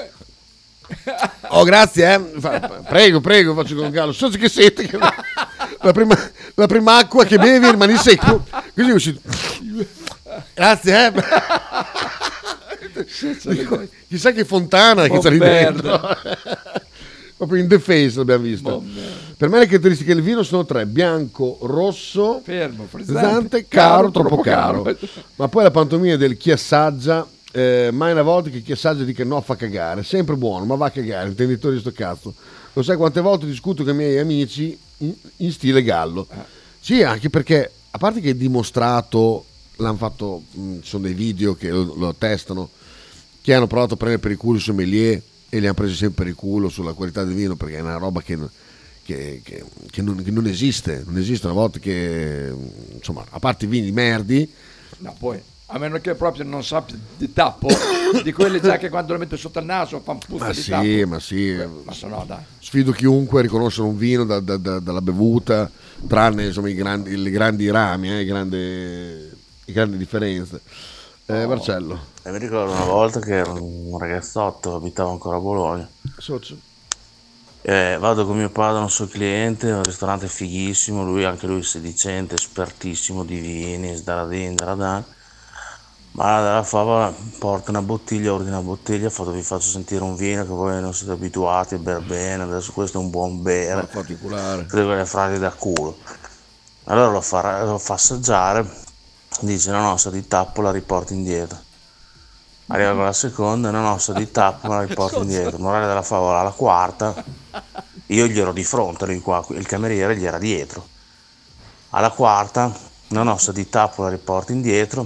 Oh, grazie, eh. Fa, prego, prego, faccio con Gallo. So che sete. Che la, prima, la prima acqua che bevi rimane secco. Così è uscito. Grazie, eh. Dico, chissà che fontana che Oh, c'è lì merda. dentro. Proprio in the face l'abbiamo visto. Oh, merda. Per me le caratteristiche del vino sono tre: bianco, rosso, fermo, frizzante, frizzante, caro, troppo caro. Ma poi la pantomima del chi assaggia, eh, mai una volta che chi assaggia dica no, fa cagare, sempre buono, ma va a cagare, intenditori di sto cazzo. Lo sai quante volte discuto con i miei amici in, in stile Gallo. Sì, anche perché, a parte che è dimostrato, l'hanno fatto, mh, ci sono dei video che lo, lo attestano, che hanno provato a prendere per il culo i sommelier e li hanno presi sempre per il culo sulla qualità del vino, perché è una roba che, che, che, che, non, che non esiste, non esiste una volta che, insomma, a parte i vini merdi. No, poi, a meno che proprio non sappia di tappo, di quelli già che quando lo mette sotto il naso fa un puzza Ma di sì, tappo. ma sì. Ma se no, dai. Sfido chiunque a riconoscere un vino da- da- da- dalla bevuta, tranne insomma, i grandi, le grandi rami, eh, i grandi, i grandi differenze. Eh, Marcello. E mi ricordo una volta che ero un ragazzotto, abitavo ancora a Bologna. Socio. Eh, vado con mio padre, un suo cliente, un ristorante fighissimo, lui anche lui sedicente, espertissimo di vini, sdaradin, daradan. Ma la fava porta una bottiglia, ordina una bottiglia, fa, vi faccio sentire un vino che voi non siete abituati a bere bene, adesso questo è un buon bere. Particolare. Credo che le frasi da culo. Allora lo fa, lo fa assaggiare, dice no no, sa di tappo, la riporta indietro. Arriva con la seconda, no no, sa di tappo, ma la riporta indietro. Morale della favola, alla quarta, io gli ero di fronte, lui qua, il cameriere gli era dietro. Alla quarta, no no, sa di tappo, la riporta indietro.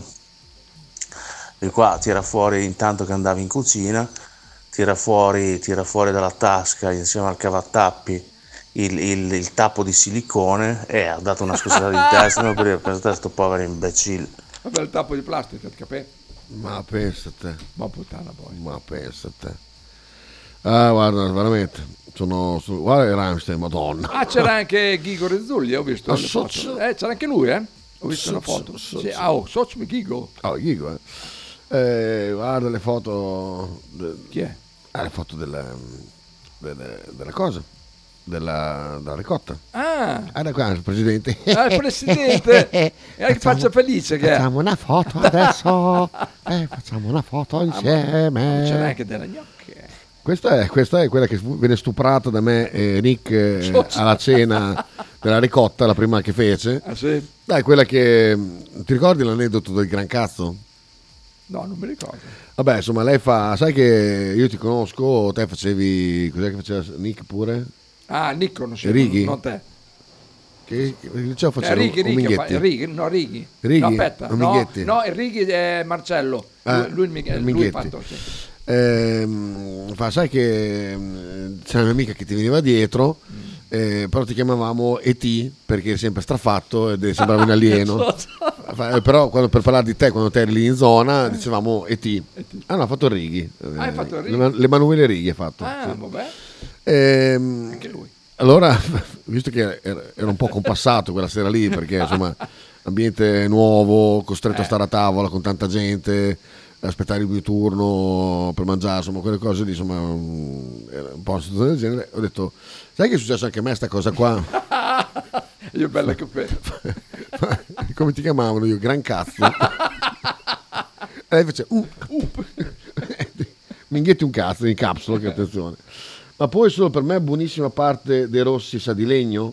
Lui qua tira fuori, intanto che andava in cucina, tira fuori, tira fuori dalla tasca insieme al cavatappi il, il, il tappo di silicone e ha dato una scossata di testa, no, per pensate a sto povero imbecille. Vabbè, il tappo di plastica, capì? Ma pensa a te. Ma puttana poi. Ma pensa a te. Ah, guarda, veramente. Sono, sono guarda Rammstein, madonna. Ah, c'era anche Ghigo Rezzulli, ho visto. Ah, le foto. socio. Eh, c'era anche lui, eh? Ho visto una Socio, foto. socio. Sì, ah, oh, Socio Ghigo. Oh, Ghigo, eh. Eh, guarda le foto. de- Chi è? Ah, le foto della, delle- della cosa. Della, della ricotta. Ah, Ah, da qua il presidente. ah, il presidente. E che Facciamo- faccia felice che è. Facciamo una foto adesso. Eh, facciamo una foto insieme. C'era anche della gnocche. Questa è, questa è quella che fu- viene stuprata da me e Nick eh, Socio. alla cena della ricotta, la prima che fece. Ah, sì? Dai, quella che. Ti ricordi l'aneddoto del gran cazzo? No, non mi ricordo. Vabbè, insomma, lei fa. Sai che io ti conosco, te facevi. Cos'è che faceva Nick pure? Ah, Nico, non so. Righi? Non te. Che, che liceo Eh, faceva? Righi, un Righi, Minghetti? fa- Righi, no, Righi. Righi? No, aspetta. O No, Minghetti? no, il Righi è Marcello. Ah, lui, lui, il Minghe- il lui Minghetti. fatto, sì. Ehm, fa, sai che mm, c'è una mia amica che ti veniva dietro Eh, però ti chiamavamo E T perché eri sempre strafatto ed sembrava un alieno. Però quando, per parlare di te, quando te eri lì in zona, dicevamo E T. Ah no, ha fatto Righi. Ah, hai fatto Righi? Le- L'Emanuele Righi ha fatto. Ah, sì. vabbè. Ehm, Anche lui. Allora, visto che era era un po' compassato quella sera lì, perché insomma, ambiente nuovo, costretto Eh. a stare a tavola con tanta gente, aspettare il mio turno per mangiare, insomma, quelle cose lì, insomma, mm, era un po' una situazione del genere. Ho detto, sai che è successo anche a me sta cosa qua? Io bella che Come ti chiamavano io? Gran cazzo. E lei faceva, uh, uh. Minghetti un cazzo in capsula, che attenzione. Ma poi solo per me buonissima parte dei rossi sa di legno?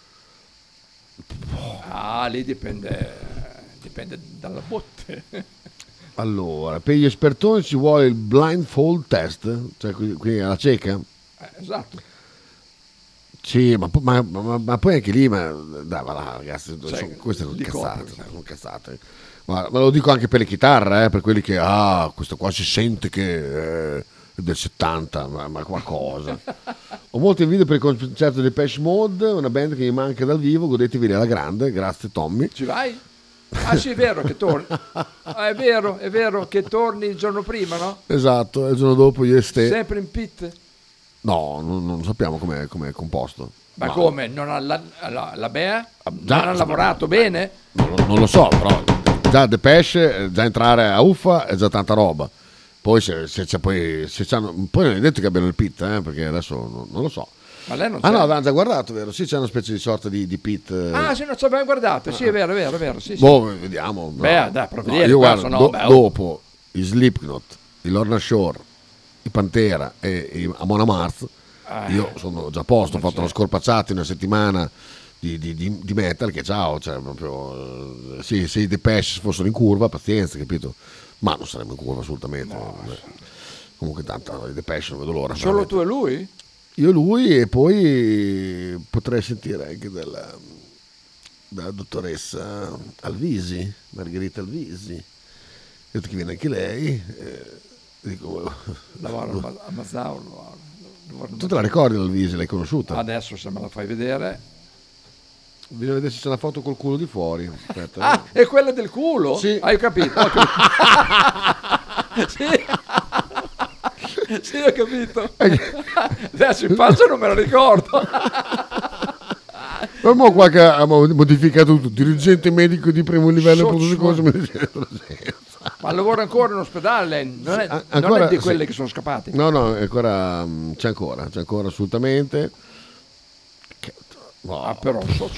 Ah, lì dipende, dipende dalla botte. Allora, per gli espertoni ci vuole il blindfold test, cioè qui, qui alla cieca? Eh, esatto. Sì, ma, po- ma- ma- ma poi anche lì, ma dai, va là, ragazzi, Cioè, sono- queste sono li cazzate, copri. sono cazzate. Ma, ma lo dico anche per le chitarre, eh, per quelli che, ah, questo qua si sente che è del settanta, ma, ma qualcosa. Ho molti video per il concerto di Depeche Mode, una band che mi manca dal vivo, godetevi alla grande, grazie Tommy. Ci vai? Ah sì, è vero che torni. Ah, è vero, è vero che torni il giorno prima, no? Esatto, e il giorno dopo io e Ste. Sempre in pit. No, non, non sappiamo com'è, com'è composto. Ma Ma- come? Non ha la, la, la Bea? già, non ha lavorato bene? Non, non lo so, però già Depeche, eh, già entrare a Uffa è già tanta roba. Poi se, se c'è poi, se c'hanno, poi non è detto che abbiano il pit, eh, perché adesso non, non lo so. Ma lei non Ah c'è? no, avevamo già guardato, vero? Sì, c'è una specie di sorta di, di pit. eh. Ah, se non ci abbiamo guardato, sì, è vero, è vero, è vero. Sì, sì. Boh, vediamo. Beh, no. dai, per No, vedere, io questo guardo, no, do- beh, oh. dopo i Slipknot, i Lorna Shore, i Pantera e i Amon Amarth, Ah, io sono già a posto, ho non fatto una scorpacciata in una settimana di, di- di- di metal, che ciao, cioè proprio, eh, sì, se i Depeche fossero in curva, pazienza, capito? Ma non saremmo in curva assolutamente. eh. Comunque tanto i Depeche non vedo l'ora. Solo veramente. tu e lui? Io lui e poi potrei sentire anche della, della dottoressa Alvisi, Margherita Alvisi. Ho detto che viene anche lei. eh, dico, Lavora a Ma- a Mazzauro. lavora- lavora a tu te la ricordi l'Alvisi? L'hai conosciuta? Adesso se me la fai vedere. Bisogna vedere se c'è una foto col culo di fuori. Aspetta, Ah, è quella del culo? Sì. Hai capito? Ho capito. Sì. Sì, ho capito. Adesso in faccia non me lo ricordo. Ma mo qua che ha modificato tutto, dirigente medico di primo livello, So- pronto soccorso, medicina. Ma lavora ancora in ospedale lei? Non è, Sì, a- non ancora- è di quelle sì. che sono scappate. No, no, è ancora, mm, c'è ancora, c'è ancora assolutamente. Che- no. Ah, però so-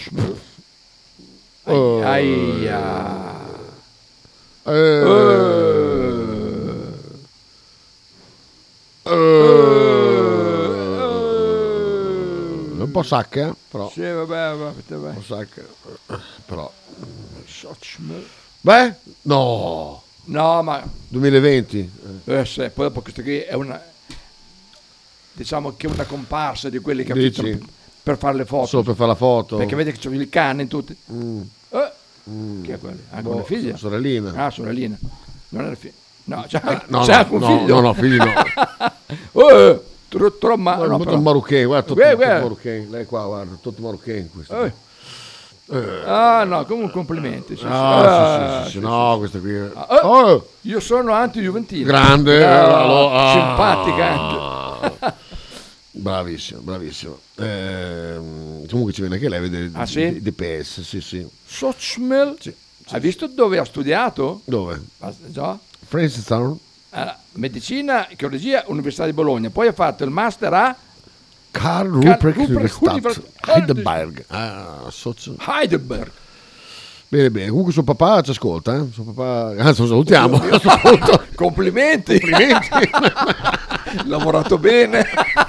Oh. Aia. Eh. Eh. Un po' sacca, però. Sì, vabbè, vabbè, vabbè. Un po' sacca, però. Sochme. Beh, no. No, ma duemilaventi. eh, sì, poi dopo questo qui è una, diciamo che è una comparsa di quelli che Dici? approfittano per fare le foto. Solo per fare la foto. Perché vedi che c'è il cane in tutti. Mm. Eh, Mm. Chi è quello? Anche Boh, una figlia? sorellina. Ah, sorellina. Non è il figlio. No, c'è, Eh, no, c'è no, anche un no, figlio. no, no, figli no. Eh, tro- tro- ma- Guarda, no, tutto però- marocchino, guarda, tutto, Guarda, tutto guarda. marocchino. Lei qua, guarda, tutto marocchino questo. Eh. Ah, no, comunque complimenti. Sì, sì. Ah, Ah, sì, sì, sì, sì, no, questa qui. è- Ah, eh, Oh! Io sono anti-juventino. Grande, Ah, allora- ah. simpatica anche. Bravissimo, bravissimo. Ehm, comunque ci viene anche lei a vedere Ah, sì? D P S, sì, sì. Sochmel. Hai visto dove ha studiato? Dove? Ah, già. Princeton? Ah, medicina, chirurgia, Università di Bologna. Poi ha fatto il master a Karl Karl Ruprecht Ruprecht Universität Universität. Heidelberg. Ah, socio. Heidelberg. Bene, bene. Comunque suo papà ci ascolta, eh? Suo papà... Anzi, lo salutiamo. a sto punto. Complimenti. Complimenti. Lavorato bene.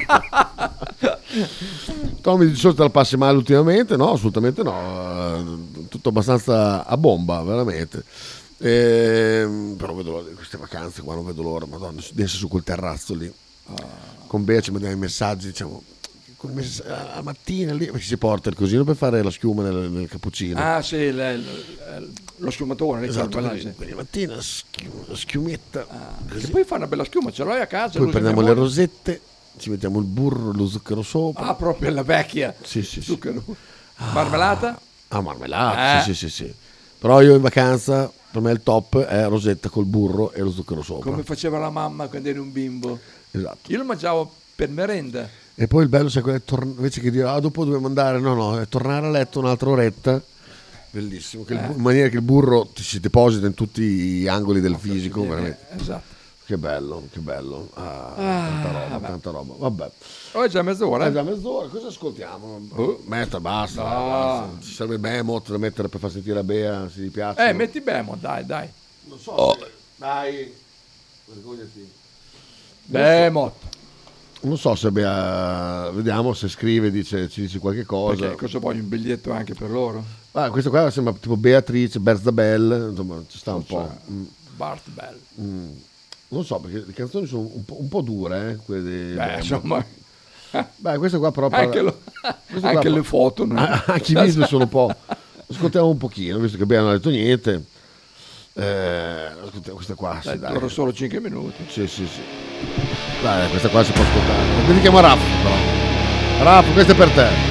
Tommy di solito te la passi male ultimamente? No, assolutamente no. Eh, Tutto abbastanza a bomba, veramente. Ehm, però vedo l'ora di queste vacanze qua, non vedo l'ora, madonna, di essere su quel terrazzo lì. Con Bea ci mandiamo i messaggi, diciamo, quel mess- a mattina lì, perché si porta il cosino per fare la schiuma nel, nel cappuccino. Ah, sì, il- il- lo sfumatore. Esatto, quella- quindi, sì. quindi mattina schiuma, schiumetta. Che poi fa una bella schiuma, ce l'hai a casa. Poi lo prendiamo le usiamo. rosette, ci mettiamo il burro, lo zucchero sopra. Ah, proprio la vecchia. Sì, sì, sì. Zucchero. Marmellata? Ah, marmellata, Eh. sì, sì, sì, sì. Però io in vacanza, per me il top è rosetta col burro e lo zucchero sopra. Come faceva la mamma quando eri un bimbo. Esatto. Io lo mangiavo per merenda. E poi il bello sai qual è tor- invece che dire ah dopo dobbiamo andare, no no, è tornare a letto un'altra oretta. Bellissimo, che il bu- in maniera che il burro ti si deposita in tutti gli angoli del fisico, veramente. Esatto. Che bello, che bello. Ah, Ah, tanta roba, vabbè. tanta roba. Vabbè. Oh, è già mezz'ora. È già mezz'ora, cosa ascoltiamo? Oh. Metta, basta, No. basta. Ci serve Behemoth da mettere per far sentire la Bea, se gli piace. Eh, metti Bemo, dai, dai. Non so, se- dai, vergognati. Bemo. Non so se Bea, vediamo se scrive, dice, ci dice qualche cosa. Perché cosa voglio? Un biglietto anche per loro? Ah, questo qua sembra tipo Beatrice, Berzabel, insomma, ci sta un po'. Mm. Bart Bell. Mm. Non so, perché le canzoni sono un po', un po' dure, eh, quelle di Beh, Behemoth. insomma. Beh, questo qua però parla- Anche, lo- questo anche qua- le foto. No? Ah, anche i video sono un po'. Ascoltiamo un pochino, visto che Bea non ha detto niente. Eh, ascoltiamo questa qua. Sì, Dai, dai. dura solo cinque minuti. Sì, sì, sì. Dai, questa qua si può ascoltare. La dedichiamo a Raff, però. Raff, questa è per te.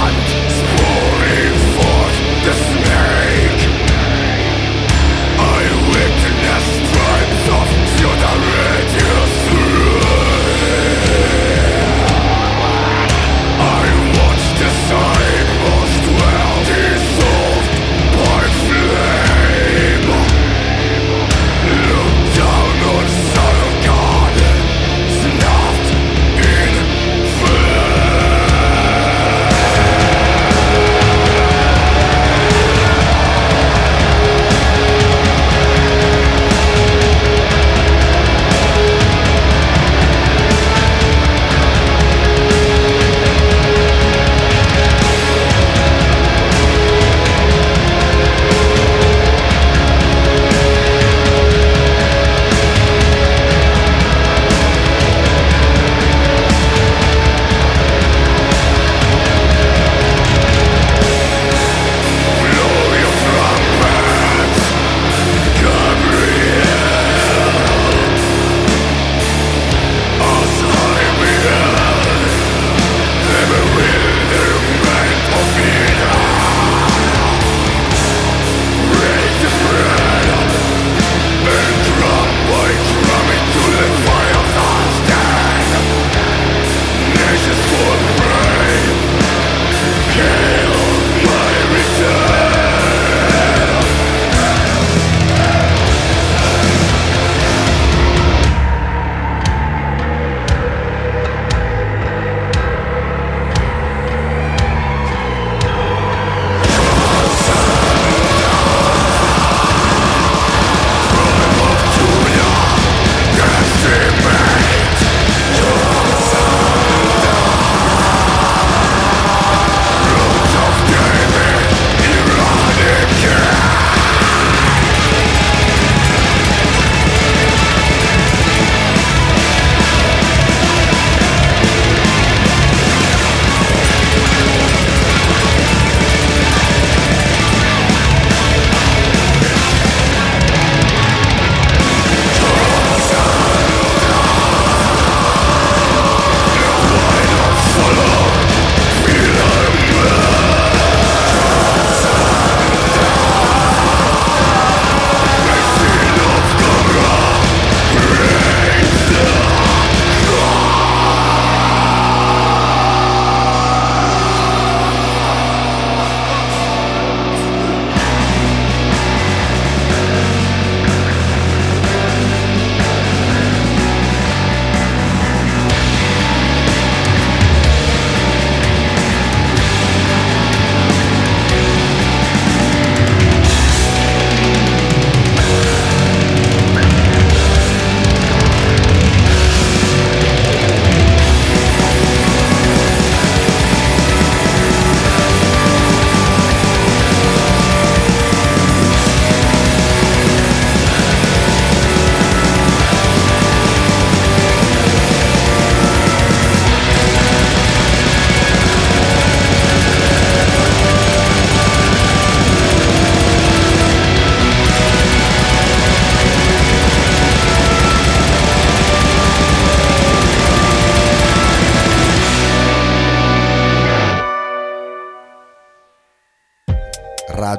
I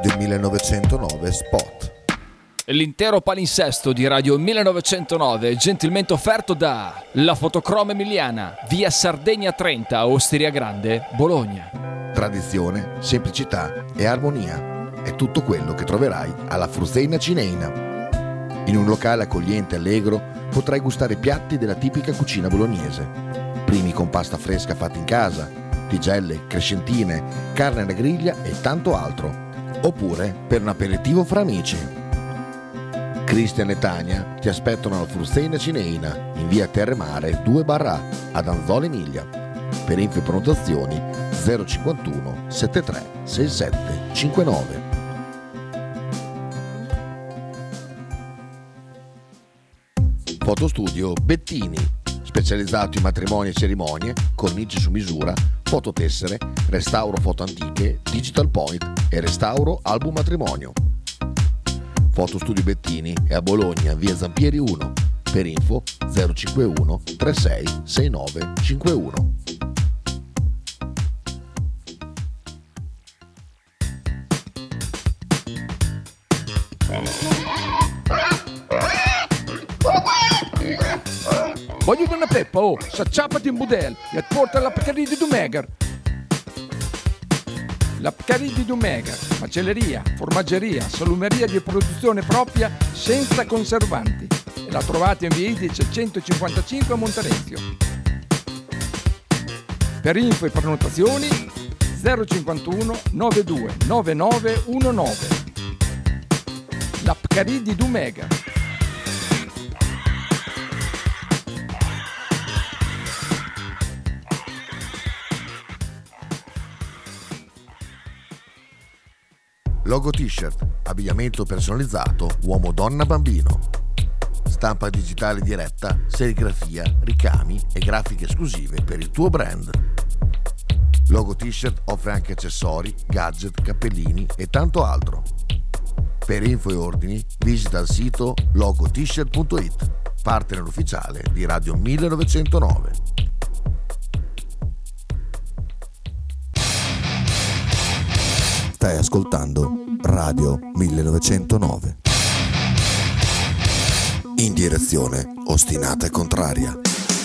Radio millenovecentonove Spot. L'intero palinsesto di Radio millenovecentonove è gentilmente offerto da La Fotocroma Emiliana, via Sardegna trenta, Osteria Grande, Bologna. Tradizione, semplicità e armonia è tutto quello che troverai alla Fruzeina Cineina. In un locale accogliente e allegro potrai gustare piatti della tipica cucina bolognese. Primi con pasta fresca fatta in casa, tigelle, crescentine, carne alla griglia e tanto altro. Oppure per un aperitivo fra amici. Cristian e Tania ti aspettano alla Fruzeina Cineina in via Terremare due barra A ad Anzola Emilia. Per info e prenotazioni zero cinquantuno settantatré sessantasette cinquantanove. Fotostudio Bettini, specializzato in matrimoni e cerimonie, cornici su misura, fototessere, restauro foto antiche, digital point e restauro album matrimonio. Fotostudio Bettini è a Bologna, via Zampieri uno. Per info zero cinquantuno trentasei sessantanove cinquantuno. Voglio una peppa, oh, s'acciappati in budel e porta la Pcaridi di Dumegar. La Pcaridi di Dumegar, macelleria, formaggeria, salumeria di produzione propria senza conservanti. E la trovate in via Idice centocinquantacinque a Monterezio. Per info e prenotazioni zero cinquantuno novantadue novantanove diciannove. La Pcaridi di Dumegar. Logo t-shirt, abbigliamento personalizzato uomo, donna, bambino. Stampa digitale diretta, serigrafia, ricami e grafiche esclusive per il tuo brand. Logo t-shirt offre anche accessori, gadget, cappellini e tanto altro. Per info e ordini visita il sito logo t shirt punto it, partner ufficiale di Radio millenovecentonove. Stai ascoltando Radio millenovecentonove. In direzione ostinata e contraria.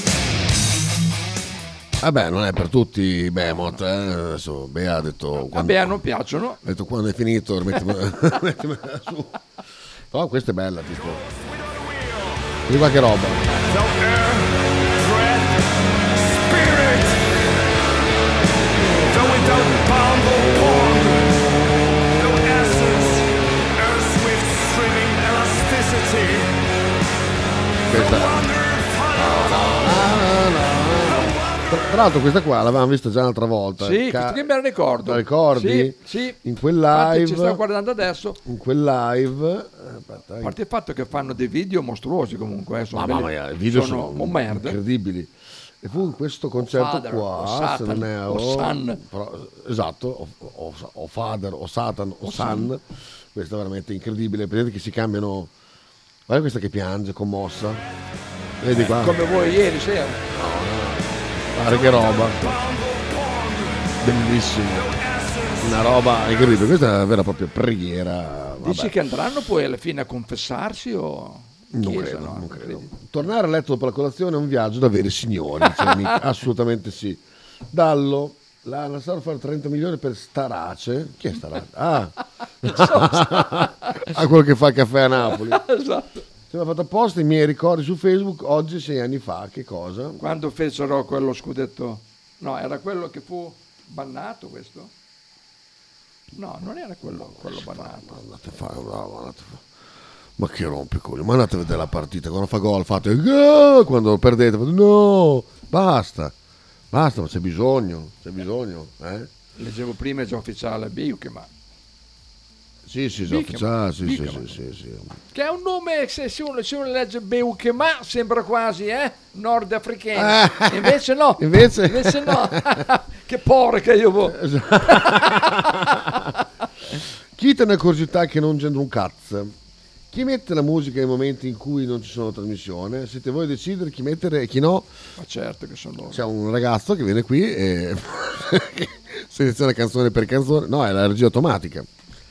Vabbè, non è per tutti i Behemoth, eh? Adesso Bea ha detto... Quando, a Bea non piacciono. Ha detto quando è finito mettimela, mettimela su. Però questa è bella, tipo... Di qualche roba. Questa... Tra l'altro questa qua l'avevamo vista già un'altra volta. Sì, Ca- che me la ricordo. La ricordi? Sì, sì. In quel live. Infatti ci sto guardando adesso. In quel live. Aspetta, a parte il fatto che fanno dei video mostruosi comunque. Eh, sono mamma belli, mia, i video sono, sono merda. incredibili. E fu in questo concerto Father, qua, o Satan, se non è, o o, Sun. Però, esatto, o, o, o Father, o Satan, o, o Sun. Questo è veramente incredibile. Vedete che si cambiano. Guarda questa che piange, commossa. Vedi qua. Come voi ieri sera. No, no. Guarda che roba. Bellissimo. Una roba incredibile. Questa è una vera e propria preghiera. Vabbè. Dici che andranno poi alla fine a confessarsi o... Non Chiesa, credo, no? non credo. Tornare a letto dopo la colazione è un viaggio da veri signori, cioè, assolutamente sì. Dallo, la lasciato fare trenta milioni per Starace. Chi è Starace? Ah, ah quello che fa il caffè a Napoli. Esatto. Se mi ha fatto apposta i miei ricordi su Facebook oggi, sei anni fa, che cosa? Quando fecero quello scudetto, no, era quello che fu bannato questo? No, non era quello, quello bannato. Ma andate a fare, bravo, andate a fare. Ma che rompicoglioni, ma andate a vedere la partita, quando fa gol fate ah! Quando perdete fate no, basta, basta, ma c'è bisogno, c'è bisogno, eh? Leggevo prima è già ufficiale Beukema. Sì, sì, già ufficiale, sì, sì, sì, sì, sì. Che è un nome, se uno, se uno legge Beukema sembra quasi, eh, nordafricano, ah! invece no, invece, invece no, che porca io vo. Chi te ne accorgità che non c'entra un cazzo? Chi mette la musica nei momenti in cui non ci sono trasmissione? Siete voi a decidere chi mettere e chi no? Ma certo che sono loro. C'è un ragazzo che viene qui e seleziona canzone per canzone. No, è la regia automatica.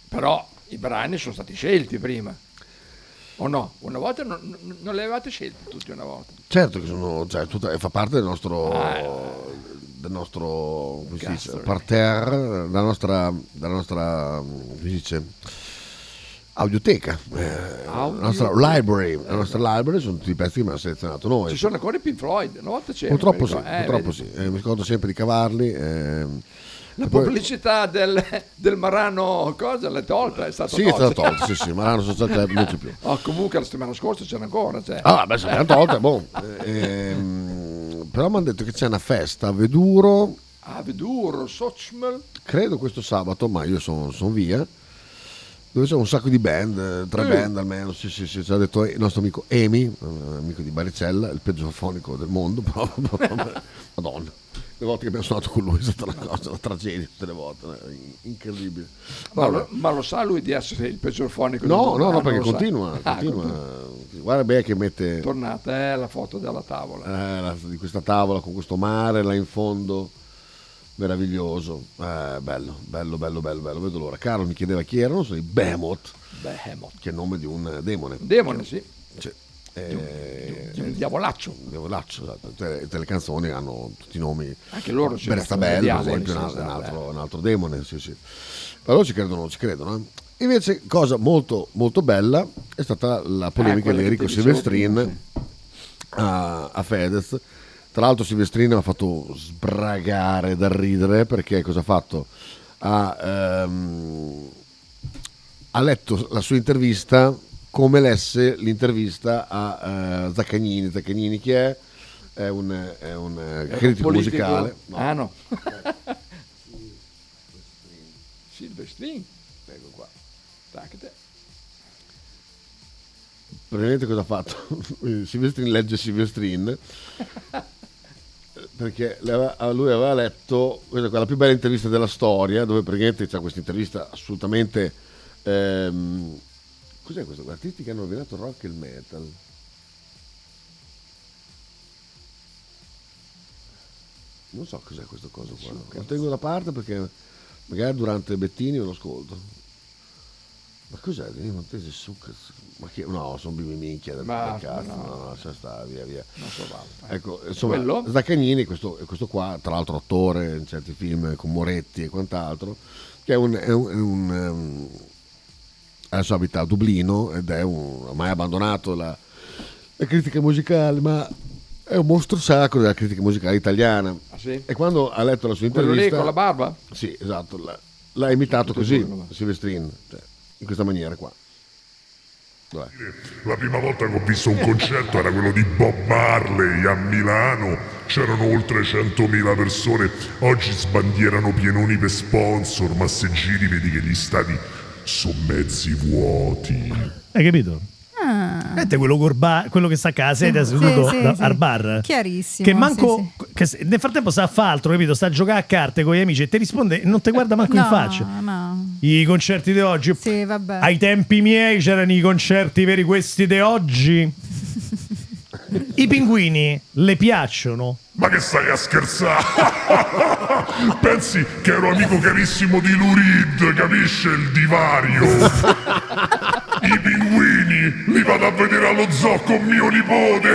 Però i brani sono stati scelti prima. O no? Una volta non, non, non li avevate scelti tutti una volta? Certo che sono, cioè, tutta, fa parte del nostro, Ah, del nostro come si dice, Cazzo. parterre, della nostra, della nostra, come si dice, audioteca, eh, la nostra library, la nostra library sono tutti i pezzi che abbiamo selezionato noi. Ci sono ancora i Pink Floyd, una volta c'era. Purtroppo mi sì, ricordo. Eh, purtroppo vedi? sì, eh, mi ricordo sempre di cavarli. ehm, La e poi- pubblicità del, del Marano cosa l'hai tolta? È stata Sì, è tolta. stata tolta, sì, sì, Marano Social Club non c'è più. Oh, comunque la settimana scorsa c'era ancora. Cioè. Ah, beh, se l'hanno tolta, boh. Ehm, però mi hanno detto che c'è una festa a Veduro, Ah, Veduro, Sochmel. credo questo sabato, ma io sono via, dove c'è un sacco di band, eh, tre Eh. band almeno, sì, sì, sì, ci ha detto il nostro amico Emi, eh, amico di Baricella, il peggio fonico del mondo, proprio, madonna. Le volte che abbiamo suonato con lui è stata una cosa, una tragedia tutte le volte, eh, incredibile. Ma Vabbè. lo, ma lo sa lui di essere il peggior fonico del No, mondo? no, Ah, no, non perché lo sa. continua, Ah, continua. Guarda bene che mette Tornata, eh, la foto della tavola. eh, la- di questa tavola con questo mare là in fondo, meraviglioso. Eh, bello, bello, bello, bello, bello. Vedo l'ora. Carlo mi chiedeva chi erano, sono i Behemoth, Behemoth. che è il nome di un demone. Demone, sì. Sì. Eh, Di un diavolaccio. un diavolaccio, esatto. Tutte, tutte le canzoni hanno tutti i nomi. Anche loro ci Berstabel, mettono per i esempio, diavoli, un, sì, un esatto, altro, un altro demone, sì, sì. Ma loro ci credono, ci credono. eh. Invece, cosa molto, molto bella è stata la polemica quella di che Enrico ti dicevo Silvestrin prima, a, a Fedez. Tra l'altro Silvestrin mi ha fatto sbragare dal ridere perché cosa ha fatto? Ha, ehm, ha letto la sua intervista come lesse l'intervista a eh, Zaccagnini. Zaccagnini chi è? È un, è un eh, È un critico politico? musicale. No. Ah no. Silvestrin. Ecco qua. Tac, te. Praticamente cosa ha fatto? Silvestrin legge Silvestrin perché le aveva- a lui aveva letto questa qua, la più bella intervista della storia, dove praticamente c'è questa intervista assolutamente ehm, cos'è questo? Artisti che hanno rovinato il rock e il metal. Non so cos'è questo coso qua, lo tengo da parte perché magari durante Bettini me lo ascolto. Ma cos'è? Dei Montesi Succa? Ma che no, sono bibi minchia del, Ma- del cazzo, no. no, no, lascia stare, via via. Non so, va. Ecco, insomma, Quello? Zaccagnini, questo, questo qua, tra l'altro attore in certi film con Moretti e quant'altro, che è un, è un, è un, ehm, adesso abita a Dublino ed è un, ormai abbandonato la, la critica musicale, ma è un mostro sacro della critica musicale italiana. Ah, sì? E quando ha letto la sua Quello intervista... lì con la barba? Sì, esatto, l'ha, l'ha imitato Tutte e così, due, no? Silvestrin, cioè, in questa maniera qua. Dov'è? La prima volta che ho visto un concerto era quello di Bob Marley a Milano, c'erano oltre centomila persone, oggi sbandierano pienoni per sponsor, ma se giri vedi che gli stadi sono mezzi vuoti. Hai capito? Ah. Vedete quello, col bar- quello che sta a sedia seduto sì, da- sì. al bar? Chiarissimo. Che manco sì, sì. che se- nel frattempo sta a fa altro, capito? Sta a giocare a carte con gli amici e ti risponde e non ti guarda manco in No, faccia. no. I concerti di oggi. Sì, vabbè. Ai tempi miei c'erano i concerti veri, questi di oggi. I pinguini le piacciono? Ma che stai a scherzare? Pensi che ero amico carissimo di Lurid, capisce il divario? I pinguini li vado a vedere allo zoo con mio nipote.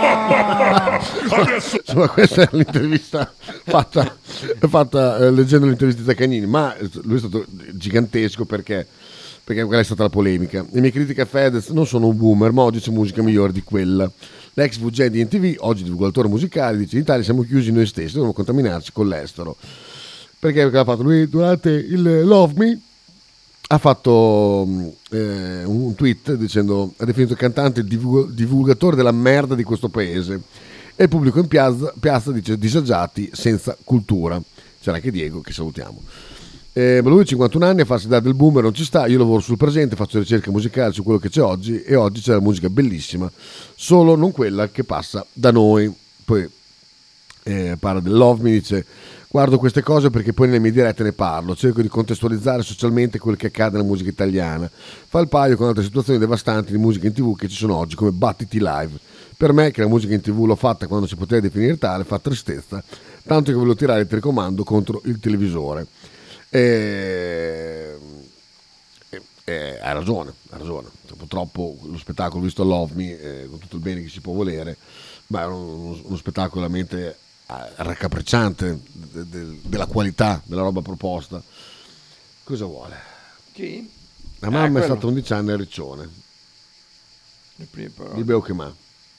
Adesso Insomma, questa è l'intervista fatta, fatta eh, leggendo l'intervista di Zaccagnini, ma lui è stato gigantesco perché, perché quella è stata la polemica. Le mie critiche a Fedez non sono un boomer, ma oggi c'è musica migliore di quella. L'ex V J di N T V, oggi divulgatore musicale, dice in Italia siamo chiusi noi stessi, dobbiamo contaminarci con l'estero. Perché perché ha fatto lui durante il Love Me? Ha fatto eh, un tweet dicendo ha definito il cantante il divulg- divulgatore della merda di questo paese e il pubblico in piazza, piazza dice disagiati senza cultura. C'era anche Diego che salutiamo. Eh, ma lui ha cinquantuno anni a farsi dare del boomer non ci sta, io lavoro sul presente, faccio ricerca musicale su quello che c'è oggi e oggi c'è la musica bellissima, solo non quella che passa da noi. Poi eh, parla del Love Me, dice guardo queste cose perché poi nelle mie dirette ne parlo, cerco di contestualizzare socialmente quel che accade nella musica italiana, fa il paio con altre situazioni devastanti di musica in tv che ci sono oggi come Battiti Live. Per me che la musica in tv l'ho fatta quando si poteva definire tale fa tristezza, tanto che volevo tirare il telecomando contro il televisore. E, eh, hai ragione, hai ragione. Cioè, purtroppo lo spettacolo visto a Love Me, eh, con tutto il bene che si può volere, ma è uno, uno spettacolo veramente eh, raccapricciante de, de, della qualità della roba proposta. Cosa vuole? Chi? La mamma Eh, è quello. stata undici anni a Riccione, Le prime parole. di Beuchemà.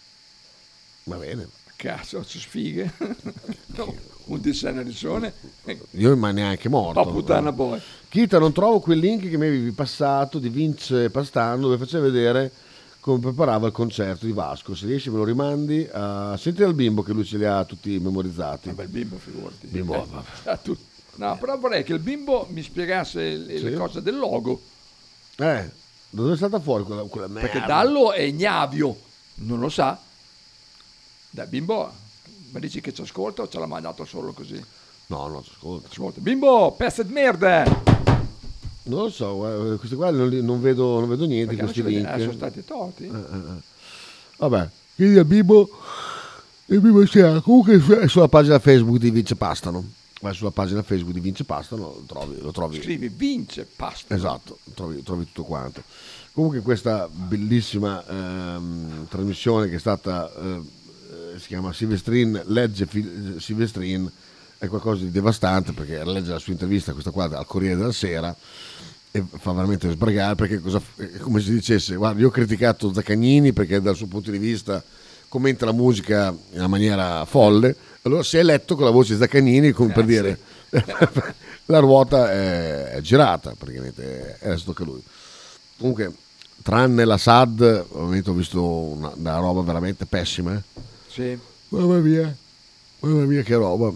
Va bene. Cazzo, c'è sfighe. No, undici anni di Riccione. Io ma neanche morto. Oh, puttana boy. Chita, non trovo quel link che mi avevi passato di Vince Pastano dove faceva vedere come preparava il concerto di Vasco. Se riesci me lo rimandi. A... Senti dal bimbo che lui ce li ha tutti memorizzati. Vabbè, il bimbo, figurati. Bimbo, Eh, a tu- No, però vorrei che il bimbo mi spiegasse le, le Sì. cose del logo. Eh, dove è stata fuori quella, quella merda? Perché Dallo è ignavio, non lo sa. Dai, bimbo, mi dici che ci ascolta o ce l'ha mandato solo così? No, no, ascolta. Ascolta. Bimbo, pezzo di merda! Non lo so, guarda, questi qua non, li- non vedo, non vedo niente, Perché non questi si vede- link. eh, sono stati tolti. Eh, eh, eh. Vabbè, quindi il bimbo, il bimbo sia, comunque è sulla pagina Facebook di Vince Pastano. Vai sulla pagina Facebook di Vince Pastano, lo trovi. Lo trovi. Scrivi vince, pasta. Esatto, trovi, trovi tutto quanto. Comunque questa bellissima ehm, trasmissione che è stata, eh, eh, si chiama Silvestrin, legge Fi- Silvestrin, è qualcosa di devastante perché legge la sua intervista, questa qua al Corriere della Sera, e fa veramente sbragare perché cosa, è come se dicesse, guarda, io ho criticato Zaccagnini perché dal suo punto di vista commenta la musica in una maniera folle, allora si è letto con la voce di Zaccagnini come per Eh, dire la ruota è, è girata, praticamente è tocca a lui. Comunque, tranne la S A D, ovviamente ho visto una, una roba veramente pessima. Eh? Sì. Mamma mia, mamma mia che roba.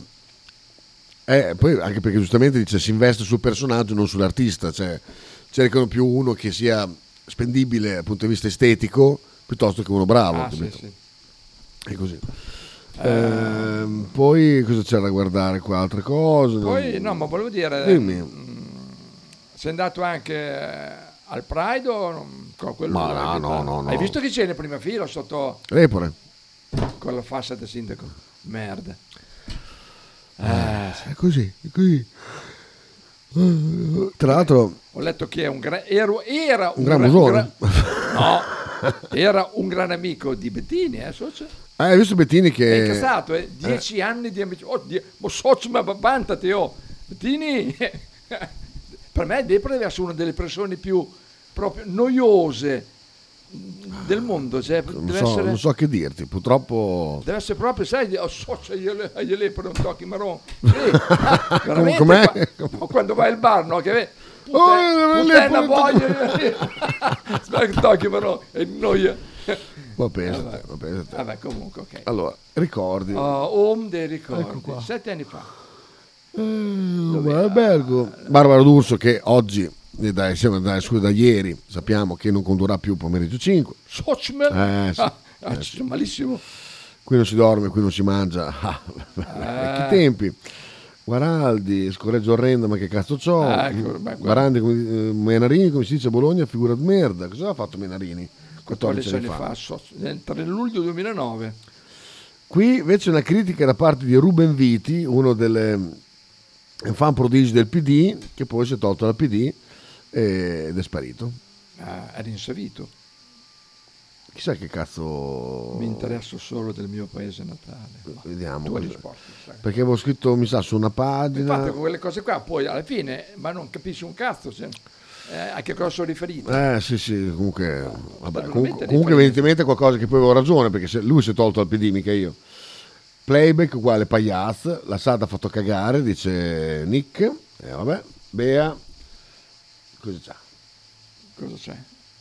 Eh, poi anche perché giustamente dice si investe sul personaggio, non sull'artista, cioè cercano più uno che sia spendibile dal punto di vista estetico piuttosto che uno bravo. Ah, sì, capito? sì. È così. Ehm, poi cosa c'era da guardare qua? Altre cose? Poi, no, ma volevo dire, Dimmi. mh, sei andato anche eh, al Pride o non- con quello Ma là no, che no, fa- no, no. Hai visto che c'è in prima fila sotto Repore. con la fascia del sindaco? Merda. Eh, è così, è così. Eh, Tra l'altro, Ho letto che è un gra- ero- era un gran gra- musone. no, era un gran amico di Bettini, eh, socio? Eh, hai visto Bettini È che... incazzato, eh? Dieci anni di amicizia. Oh, die- ma socio, ma vantate, oh. Bettini, per me Depre deve essere una delle persone più proprio noiose del mondo, cioè, non, deve, so, essere, non so che dirti, purtroppo... deve essere proprio, sai, oh, socio, io io le per un tocchi marron. Sì, ah, veramente, com'è? qua- ma quando vai al bar, no, che ve- Oh, puttana, le- puttana le- voglia, spero che tocchi marron, e noia. Ma pensate, ma pensate. Vabbè, comunque, ok. Allora, ricordi. Oh, home dei ricordi, Ecco qua. sette anni fa. Eh, albergo. Barbara D'Urso che oggi, eh, dai, siamo, dai, scusa, da ieri, sappiamo che non condurrà più pomeriggio cinque. Socimel? Eh, sì. Ah, ah, Eh, ci sono malissimo. Qui non si dorme, qui non si mangia. Ah, vecchi tempi. Guaraldi, scorreggio orrendo, ma che cazzo c'ho? Ah, ecco, beh, quello- Guarandi, come, eh, Menarini, come si dice a Bologna, figura di merda. Cosa ha fatto Menarini? quattordici anni fa, so- nel tre luglio duemilanove. Qui invece una critica da parte di Ruben Viti, uno delle fan prodigi del P D, che poi si è tolto dal P D ed è sparito. Ah, era insavito. Chissà che cazzo... Mi interesso solo del mio paese natale. Vediamo. Tu hai cosa- risposto, sai. Perché avevo scritto, mi sa, su una pagina... Infatti con quelle cose qua poi alla fine, ma non capisci un cazzo, cioè, eh, a che cosa sono riferito. Eh sì sì, comunque, vabbè, Totalmente comunque, differente. comunque evidentemente è qualcosa che poi avevo ragione, perché se lui si è tolto dal P D, mica io. Playback uguale Pagliaz, la S A D ha fatto cagare, dice Nick, e vabbè, Bea, cosa c'ha? Cosa c'è?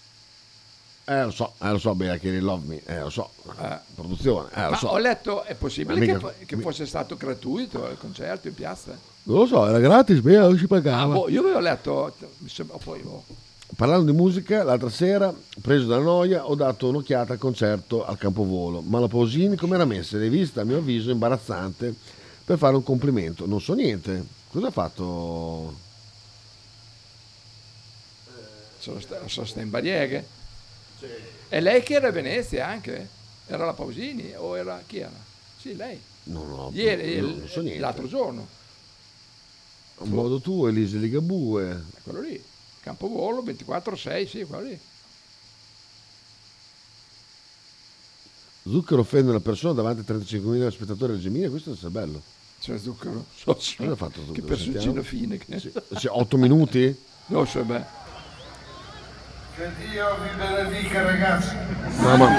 Eh lo so, eh lo so Bea che Love Me, eh lo so, Eh. produzione, eh lo Ma so. ho letto, è possibile Ma che, mica- fo- che fosse stato gratuito il concerto in piazza? Non lo so, era gratis, Bea, non si Ah, pagava. boh, io avevo letto, mi sembra, poi boh. Parlando di musica, l'altra sera, preso dalla noia, ho dato un'occhiata al concerto al Campovolo, ma la Pausini come era messa? L'hai vista, a mio avviso, imbarazzante, per fare un complimento. Non so niente. Cosa ha fatto? sono sta, sono sta in Barieghe. E lei che era a Venezia anche? Era la Pausini o era chi era? Sì, lei. No, no, Ieri, non, non so niente. l'altro giorno. A modo tuo, Elise Ligabue. Quello lì. Campovolo ventiquattro sei, sì, quello lì. Zucchero offende una persona davanti a trentacinquemila spettatori al Gemini, questo deve essere bello. C'è Zucchero, so, Cosa ha fatto Zucchero? che personcino Sentiamo. fine. Che... Sì, sì, otto minuti? No, so, beh. Che Dio vi benedica, ragazzi. Mamma.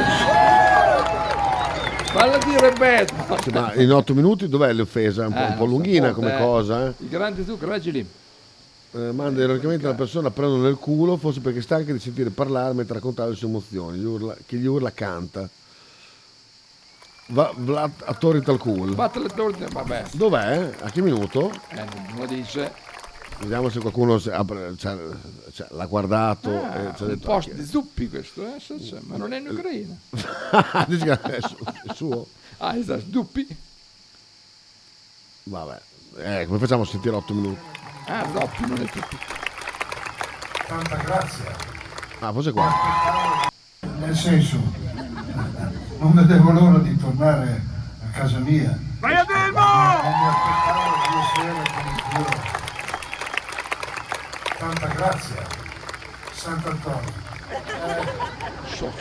Falla dire beh. Sì, ma in otto minuti dov'è l'offesa? Un po', Eh, un po' non so, lunghina un po', come eh. cosa, eh? Il grande Zucchero, leggi lì. Eh, manda ironicamente una persona a prenderlo nel culo, forse perché è stanca di sentire parlare mentre raccontava le sue emozioni. Gli urla, chi gli urla canta. Va, Vlad a torri tal culo. Batte le torri, vabbè. Dov'è? A che minuto? Eh, non lo dice. Vediamo se qualcuno si- ha- cioè, cioè, l'ha guardato Ah, e ci ha un detto post di zuppi questo, eh, so- so, ma non è in Ucraina. Dici che è su- è suo? Ah, esatto, zuppi. Vabbè, eh, come facciamo a sentire otto minuti? Ah, zuppi, non è zuppi. Tanta grazia. Ah, forse qua. Nel senso, non vedevo l'ora di tornare a casa mia. Vai a Demo! Non mi aspettavo due sere con il cuore. Tanta grazia. Sant'Antonio. Eh,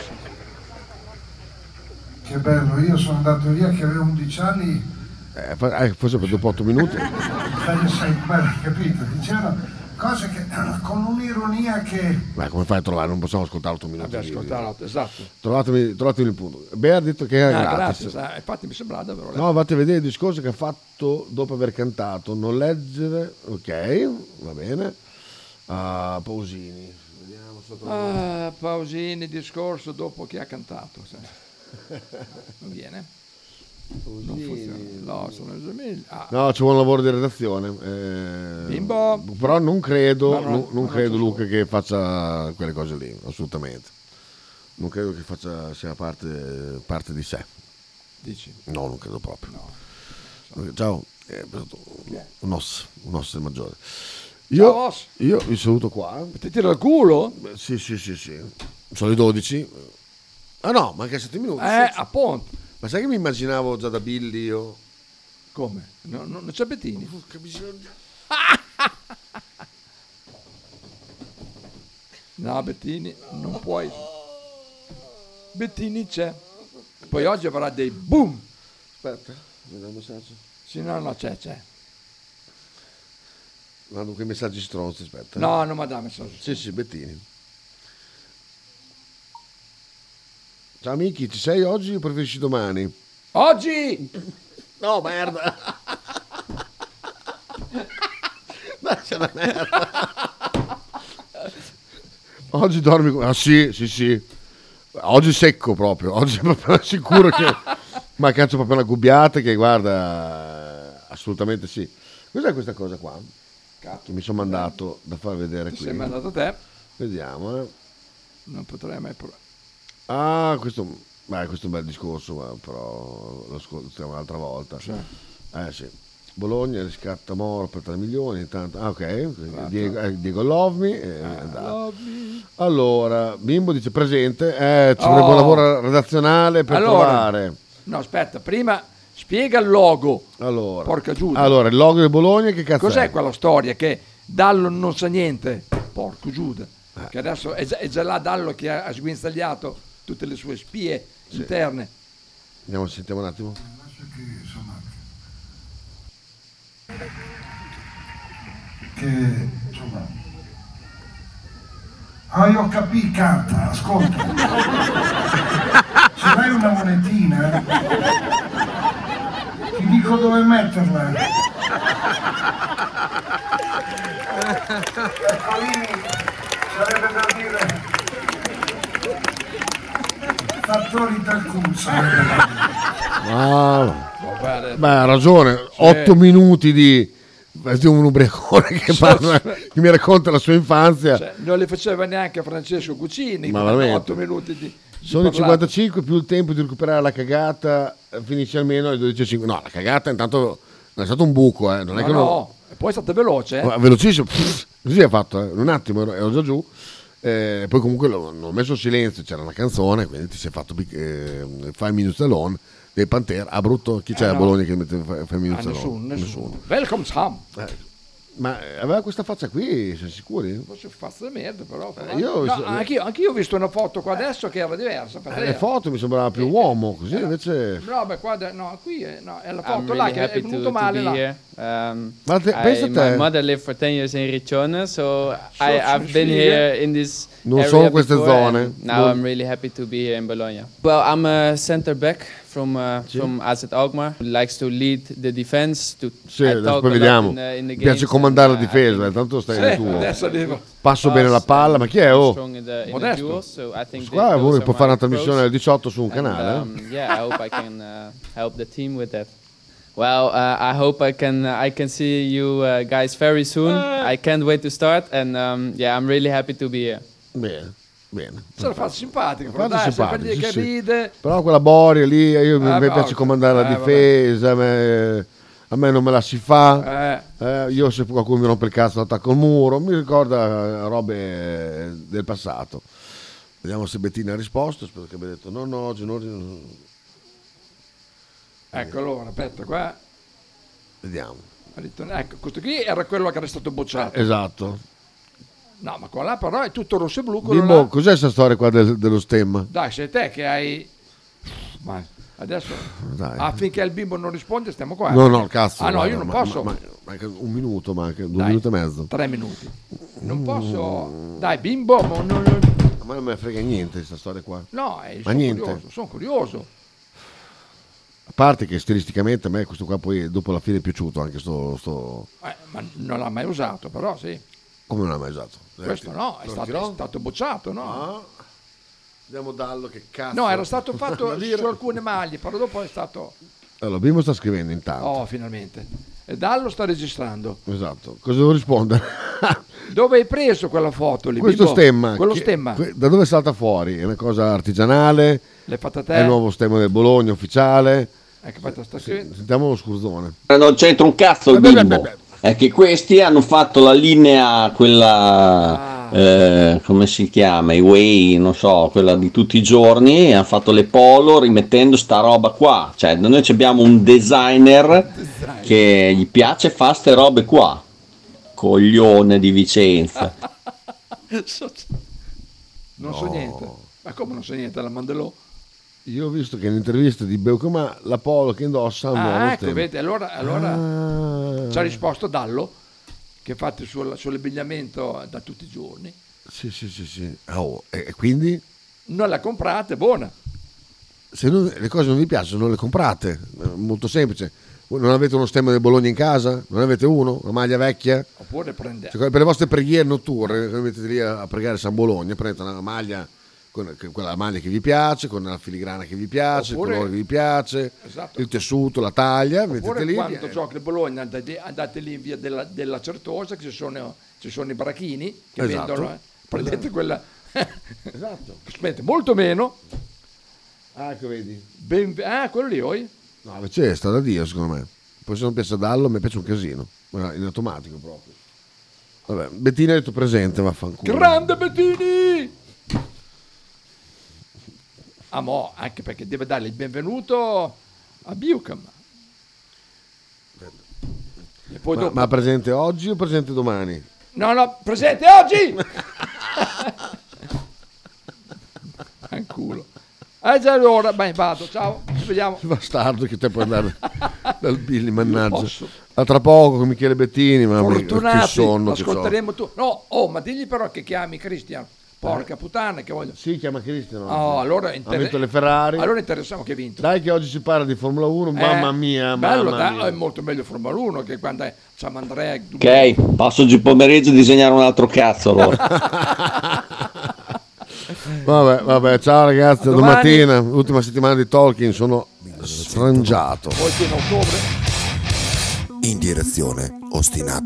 che bello, io sono andato via che avevo undici anni. Eh, fa- eh, forse per dopo otto minuti. Dai, sai, beh, capito? Dicevano cose che con un'ironia che. Ma come fai a trovare? Non possiamo ascoltare otto minuti. Abbiamo ascoltato, esatto. Trovatemi, trovatemi il punto. Beh, ha detto che era Ah, gratis. grazie, sa, infatti mi sembra davvero. No, vatti a vedere il discorso che ha fatto dopo aver cantato. Non leggere, ok, va bene. Ah, Pausini. Vediamo se lo troviamo. Ah, Pausini, discorso dopo che ha cantato. sai. Non viene? Non funziona. No, sono esami- ah, No, ci vuole un lavoro di redazione. eh, Bimbo. Però non credo, Ma no, non, non ma credo non Luca che faccia quelle cose lì, assolutamente. Non credo che faccia sia parte, parte di sé. Dici? No, non credo proprio. Ciao, eh, un os, un os del maggiore. Io, Ciao, os. io vi saluto qua. Ti tira il culo? Beh, Sì, sì, sì, sì. Sono le dodici. Ah no, manca sette minuti. Eh, Sì. appunto. Ma sai che mi immaginavo già da Billy io? Come? No, no, non c'è Bettini. No, Bettini, non puoi. Bettini c'è. Poi oggi avrà dei boom. Aspetta, mi dà un messaggio. Sì, no, no, c'è, c'è. Mando quei messaggi stronzi, aspetta. No, non mi dà messaggio. Sì, sì, Bettini. Ciao Miki, ci sei oggi o preferisci domani? Oggi! No, merda! Dai, c'è la merda! Oggi dormi... con- Ah sì, sì, sì. Oggi secco proprio, oggi è proprio sicuro che... Ma cazzo proprio una gubbiata che guarda... Assolutamente sì. Cos'è questa cosa qua? Che mi sono mandato da far vedere Ti qui. sei mandato te. Vediamo, eh. Non potrei mai provare. Ah, questo, beh, questo è un bel discorso, ma però lo ascoltiamo un'altra volta. Sì. Eh sì. Bologna riscatta Moro per tre milioni. Intanto, ah, ok. Diego, eh, Diego Love Me. eh, è andato. Love me. Allora, Bimbo dice presente. Eh, ci vorrebbe Oh. un lavoro redazionale per Allora. trovare. No, aspetta, prima spiega il logo. Allora, Porca Giuda. allora, il logo di Bologna che cazzo Cos'è è? quella storia che Dallo non sa niente? Porco Giuda. Che adesso è già, è già là Dallo che ha, ha sguinzagliato tutte le sue spie Sì. interne. Andiamo, sentiamo un attimo. Che insomma. Ah, io capì, canta, ascolta. Ce l'hai una monetina? Ti dico dove metterla. Ecco lì sarebbe da dire fattori del culo sarebbe da dire. Ah, Vabbè, beh, ha ragione. Otto minuti di... di un ubriacone che, parla, che mi racconta la sua infanzia. Cioè, non le faceva neanche Francesco Cucini. Ma con veramente. otto minuti di, di Sono i parlare. cinquantacinque più il tempo di recuperare la cagata, eh, finisce almeno alle dodici e cinque. No, la cagata intanto non è stato un buco, eh. non è No, che no, no, e poi è stata veloce. Eh? Ma velocissimo, pff, così ha fatto, eh. In un attimo ero, ero già giù. Eh, poi comunque l'ho, l'ho messo in silenzio, c'era una canzone, quindi ti sei fatto eh, Five Minutes Alone dei Pantera. Ah, brutto, chi c'è Eh, a no. Bologna che mette Five Minutes Ah, Alone? nessuno, nessuno. Welcome Sam. Eh, Ma aveva questa faccia qui, sei sicuri? Forse faccia di merda, però. Eh, io ho no, visto- anch'io, anch'io ho visto una foto qua adesso che era diversa. Per Eh, te. le foto mi sembrava più uomo, così invece... No, beh, qua, no, qui è, no, è la I'm foto là really che è happy venuto to, to male be là. here. Um, Ma te- I- pensa a te. my mother lived for ten years in Riccione, so So- I, I've so been fighe. here in this Non area sono queste before, zone. and Now Non- I'm really happy to be here in Bologna. Well, I'm a center back from uh, from A Z Alkmaar. Who likes to lead the defense. To Sì, I adesso talk poi a lot vediamo. in the- in the Mi piace games comandare and, la uh, difesa, I eh, tanto stai Sì, nel tuo. adesso arrivo. Passo bene la palla, ma chi è? Oh? strong in the, in the Modesto. duels, so I think Qua that uno those può are fare my una trasmissione pros. alle diciotto su un And, canale. eh? um, yeah, I hope I can uh, help the team with that. Well, uh, I hope I can uh, I can see you uh, guys very soon. I can't wait to start, and um, yeah, I'm really happy to be here. Bene, bene. Se la faccia simpatica, però Faccia dai, sempre simpatica, lì che sì, sì. ride. Però quella Boria lì, io Eh, mi beh, piace orca. comandare la Eh, difesa, a me, a me non me la si fa. Eh, Eh, io se qualcuno mi rompe il cazzo attacco il muro, mi ricorda eh, robe del passato. Vediamo se Bettina ha risposto, spero che abbia detto no, no, oggi non... ecco allora, aspetta, qua. Vediamo. ha detto, ecco, questo qui era quello che era stato bocciato. Esatto. No, ma qua là però è tutto rosso e blu. quello Bimbo, là. cos'è questa storia qua del- dello stemma? Dai, sei te che hai... Ma adesso, Dai. affinché il bimbo non risponde, stiamo qua. No, no, cazzo. Ah no, guarda, io non ma- posso. ma- ma- manca un minuto, manca due Dai, minuti e mezzo. Tre minuti. Non Mm. posso... Dai, bimbo, ma non... A me non me ne frega niente questa storia qua. No, eh, Ma sono niente. curioso, sono curioso. A parte che stilisticamente a me questo qua poi dopo la fine è piaciuto anche sto... sto... Eh, ma non l'ha mai usato, però sì. Come non l'ha mai usato? Questo no, è Lo stato, ritirò? è stato bocciato, no? Ah. Vediamo Dallo che cazzo. No, era stato fatto Da dire. su alcune maglie, però dopo è stato... Allora, Bimbo sta scrivendo intanto. Oh, finalmente. E Dallo sta registrando. Esatto. Cosa devo rispondere? Dove hai preso quella foto lì? Questo Bimbo? stemma. Quello che- stemma. que- da dove salta fuori? È una cosa artigianale? L'hai fatta te? È il nuovo stemma del Bologna ufficiale? Ecco, aspetta, sta scrivendo. Sentiamo lo scurzone. Non c'entra un cazzo il Beh, beh, bimbo. beh, beh. È che questi hanno fatto la linea, quella, eh, come si chiama, i Way, non so, quella di tutti i giorni, e hanno fatto le polo rimettendo sta roba qua. Cioè, noi ci abbiamo un designer che gli piace fare ste robe qua. Coglione di Vicenza. So- non so No. niente. Ma come non so niente? La Mandelò? Io ho visto che in un'intervista di Beucoma la polo che indossa ha un nuovo Ah, ecco, stemma. vedi, allora, allora Ah. ci ha risposto Dallo, che fate sul, sull'abbigliamento da tutti i giorni. Sì, sì, sì, sì. Oh, e e quindi Non la comprate, buona. se non- le cose non vi piacciono non le comprate. È molto semplice. Voi non avete uno stemma del Bologna in casa? Non avete uno? Una maglia vecchia? Oppure prende... Cioè, per le vostre preghiere notturne, che mettete lì a a pregare San Bologna, prendete una maglia, con, che- quella maglia che vi piace, con la filigrana che vi piace, Oppure- il colore che vi piace, Esatto. il tessuto, la taglia, mettete Oppure lì. quando eh, gioca il Bologna andate, andate lì in via della, della Certosa, che ci sono, ci sono i barachini che Esatto. vendono, eh. prendete Esatto. quella... Esatto. Spende molto meno. Ah, che vedi? Ben- ah, quello lì, oi? No, invece sta da Dio, secondo me. Poi se non piace a Dallo, mi piace un casino. Ma in automatico proprio. Vabbè, Bettina ha detto presente, vaffanculo. Grande Bettini! Ah, mo, anche perché deve dare il benvenuto a Bucam. E poi Ma, dopo... ma presente oggi o presente domani? No, no, presente oggi! Anculo. Eh già allora, beh, vado, ciao, ci vediamo. Bastardo che te puoi andare dal Billy, mannaggia. posso. A tra poco con Michele Bettini, ma che Fortunati, sonno che so. ascolteremo tu. No, oh, ma digli però che chiami Cristian. Porca puttana, che voglio. Si chiama Cristian. Oh, allora ha inter- vinto le Ferrari. Allora interessiamo che ha vinto. Dai che oggi si parla di Formula uno, mamma Eh, mia, bello, mamma dai, mia. è molto meglio Formula uno che quando è Samandrea. Ok, passo oggi pomeriggio a disegnare un altro cazzo allora. Vabbè, vabbè, ciao ragazzi, a A domani. domattina, ultima settimana di Tolkien, sono sfrangiato. Poi in ottobre. In direzione ostinata.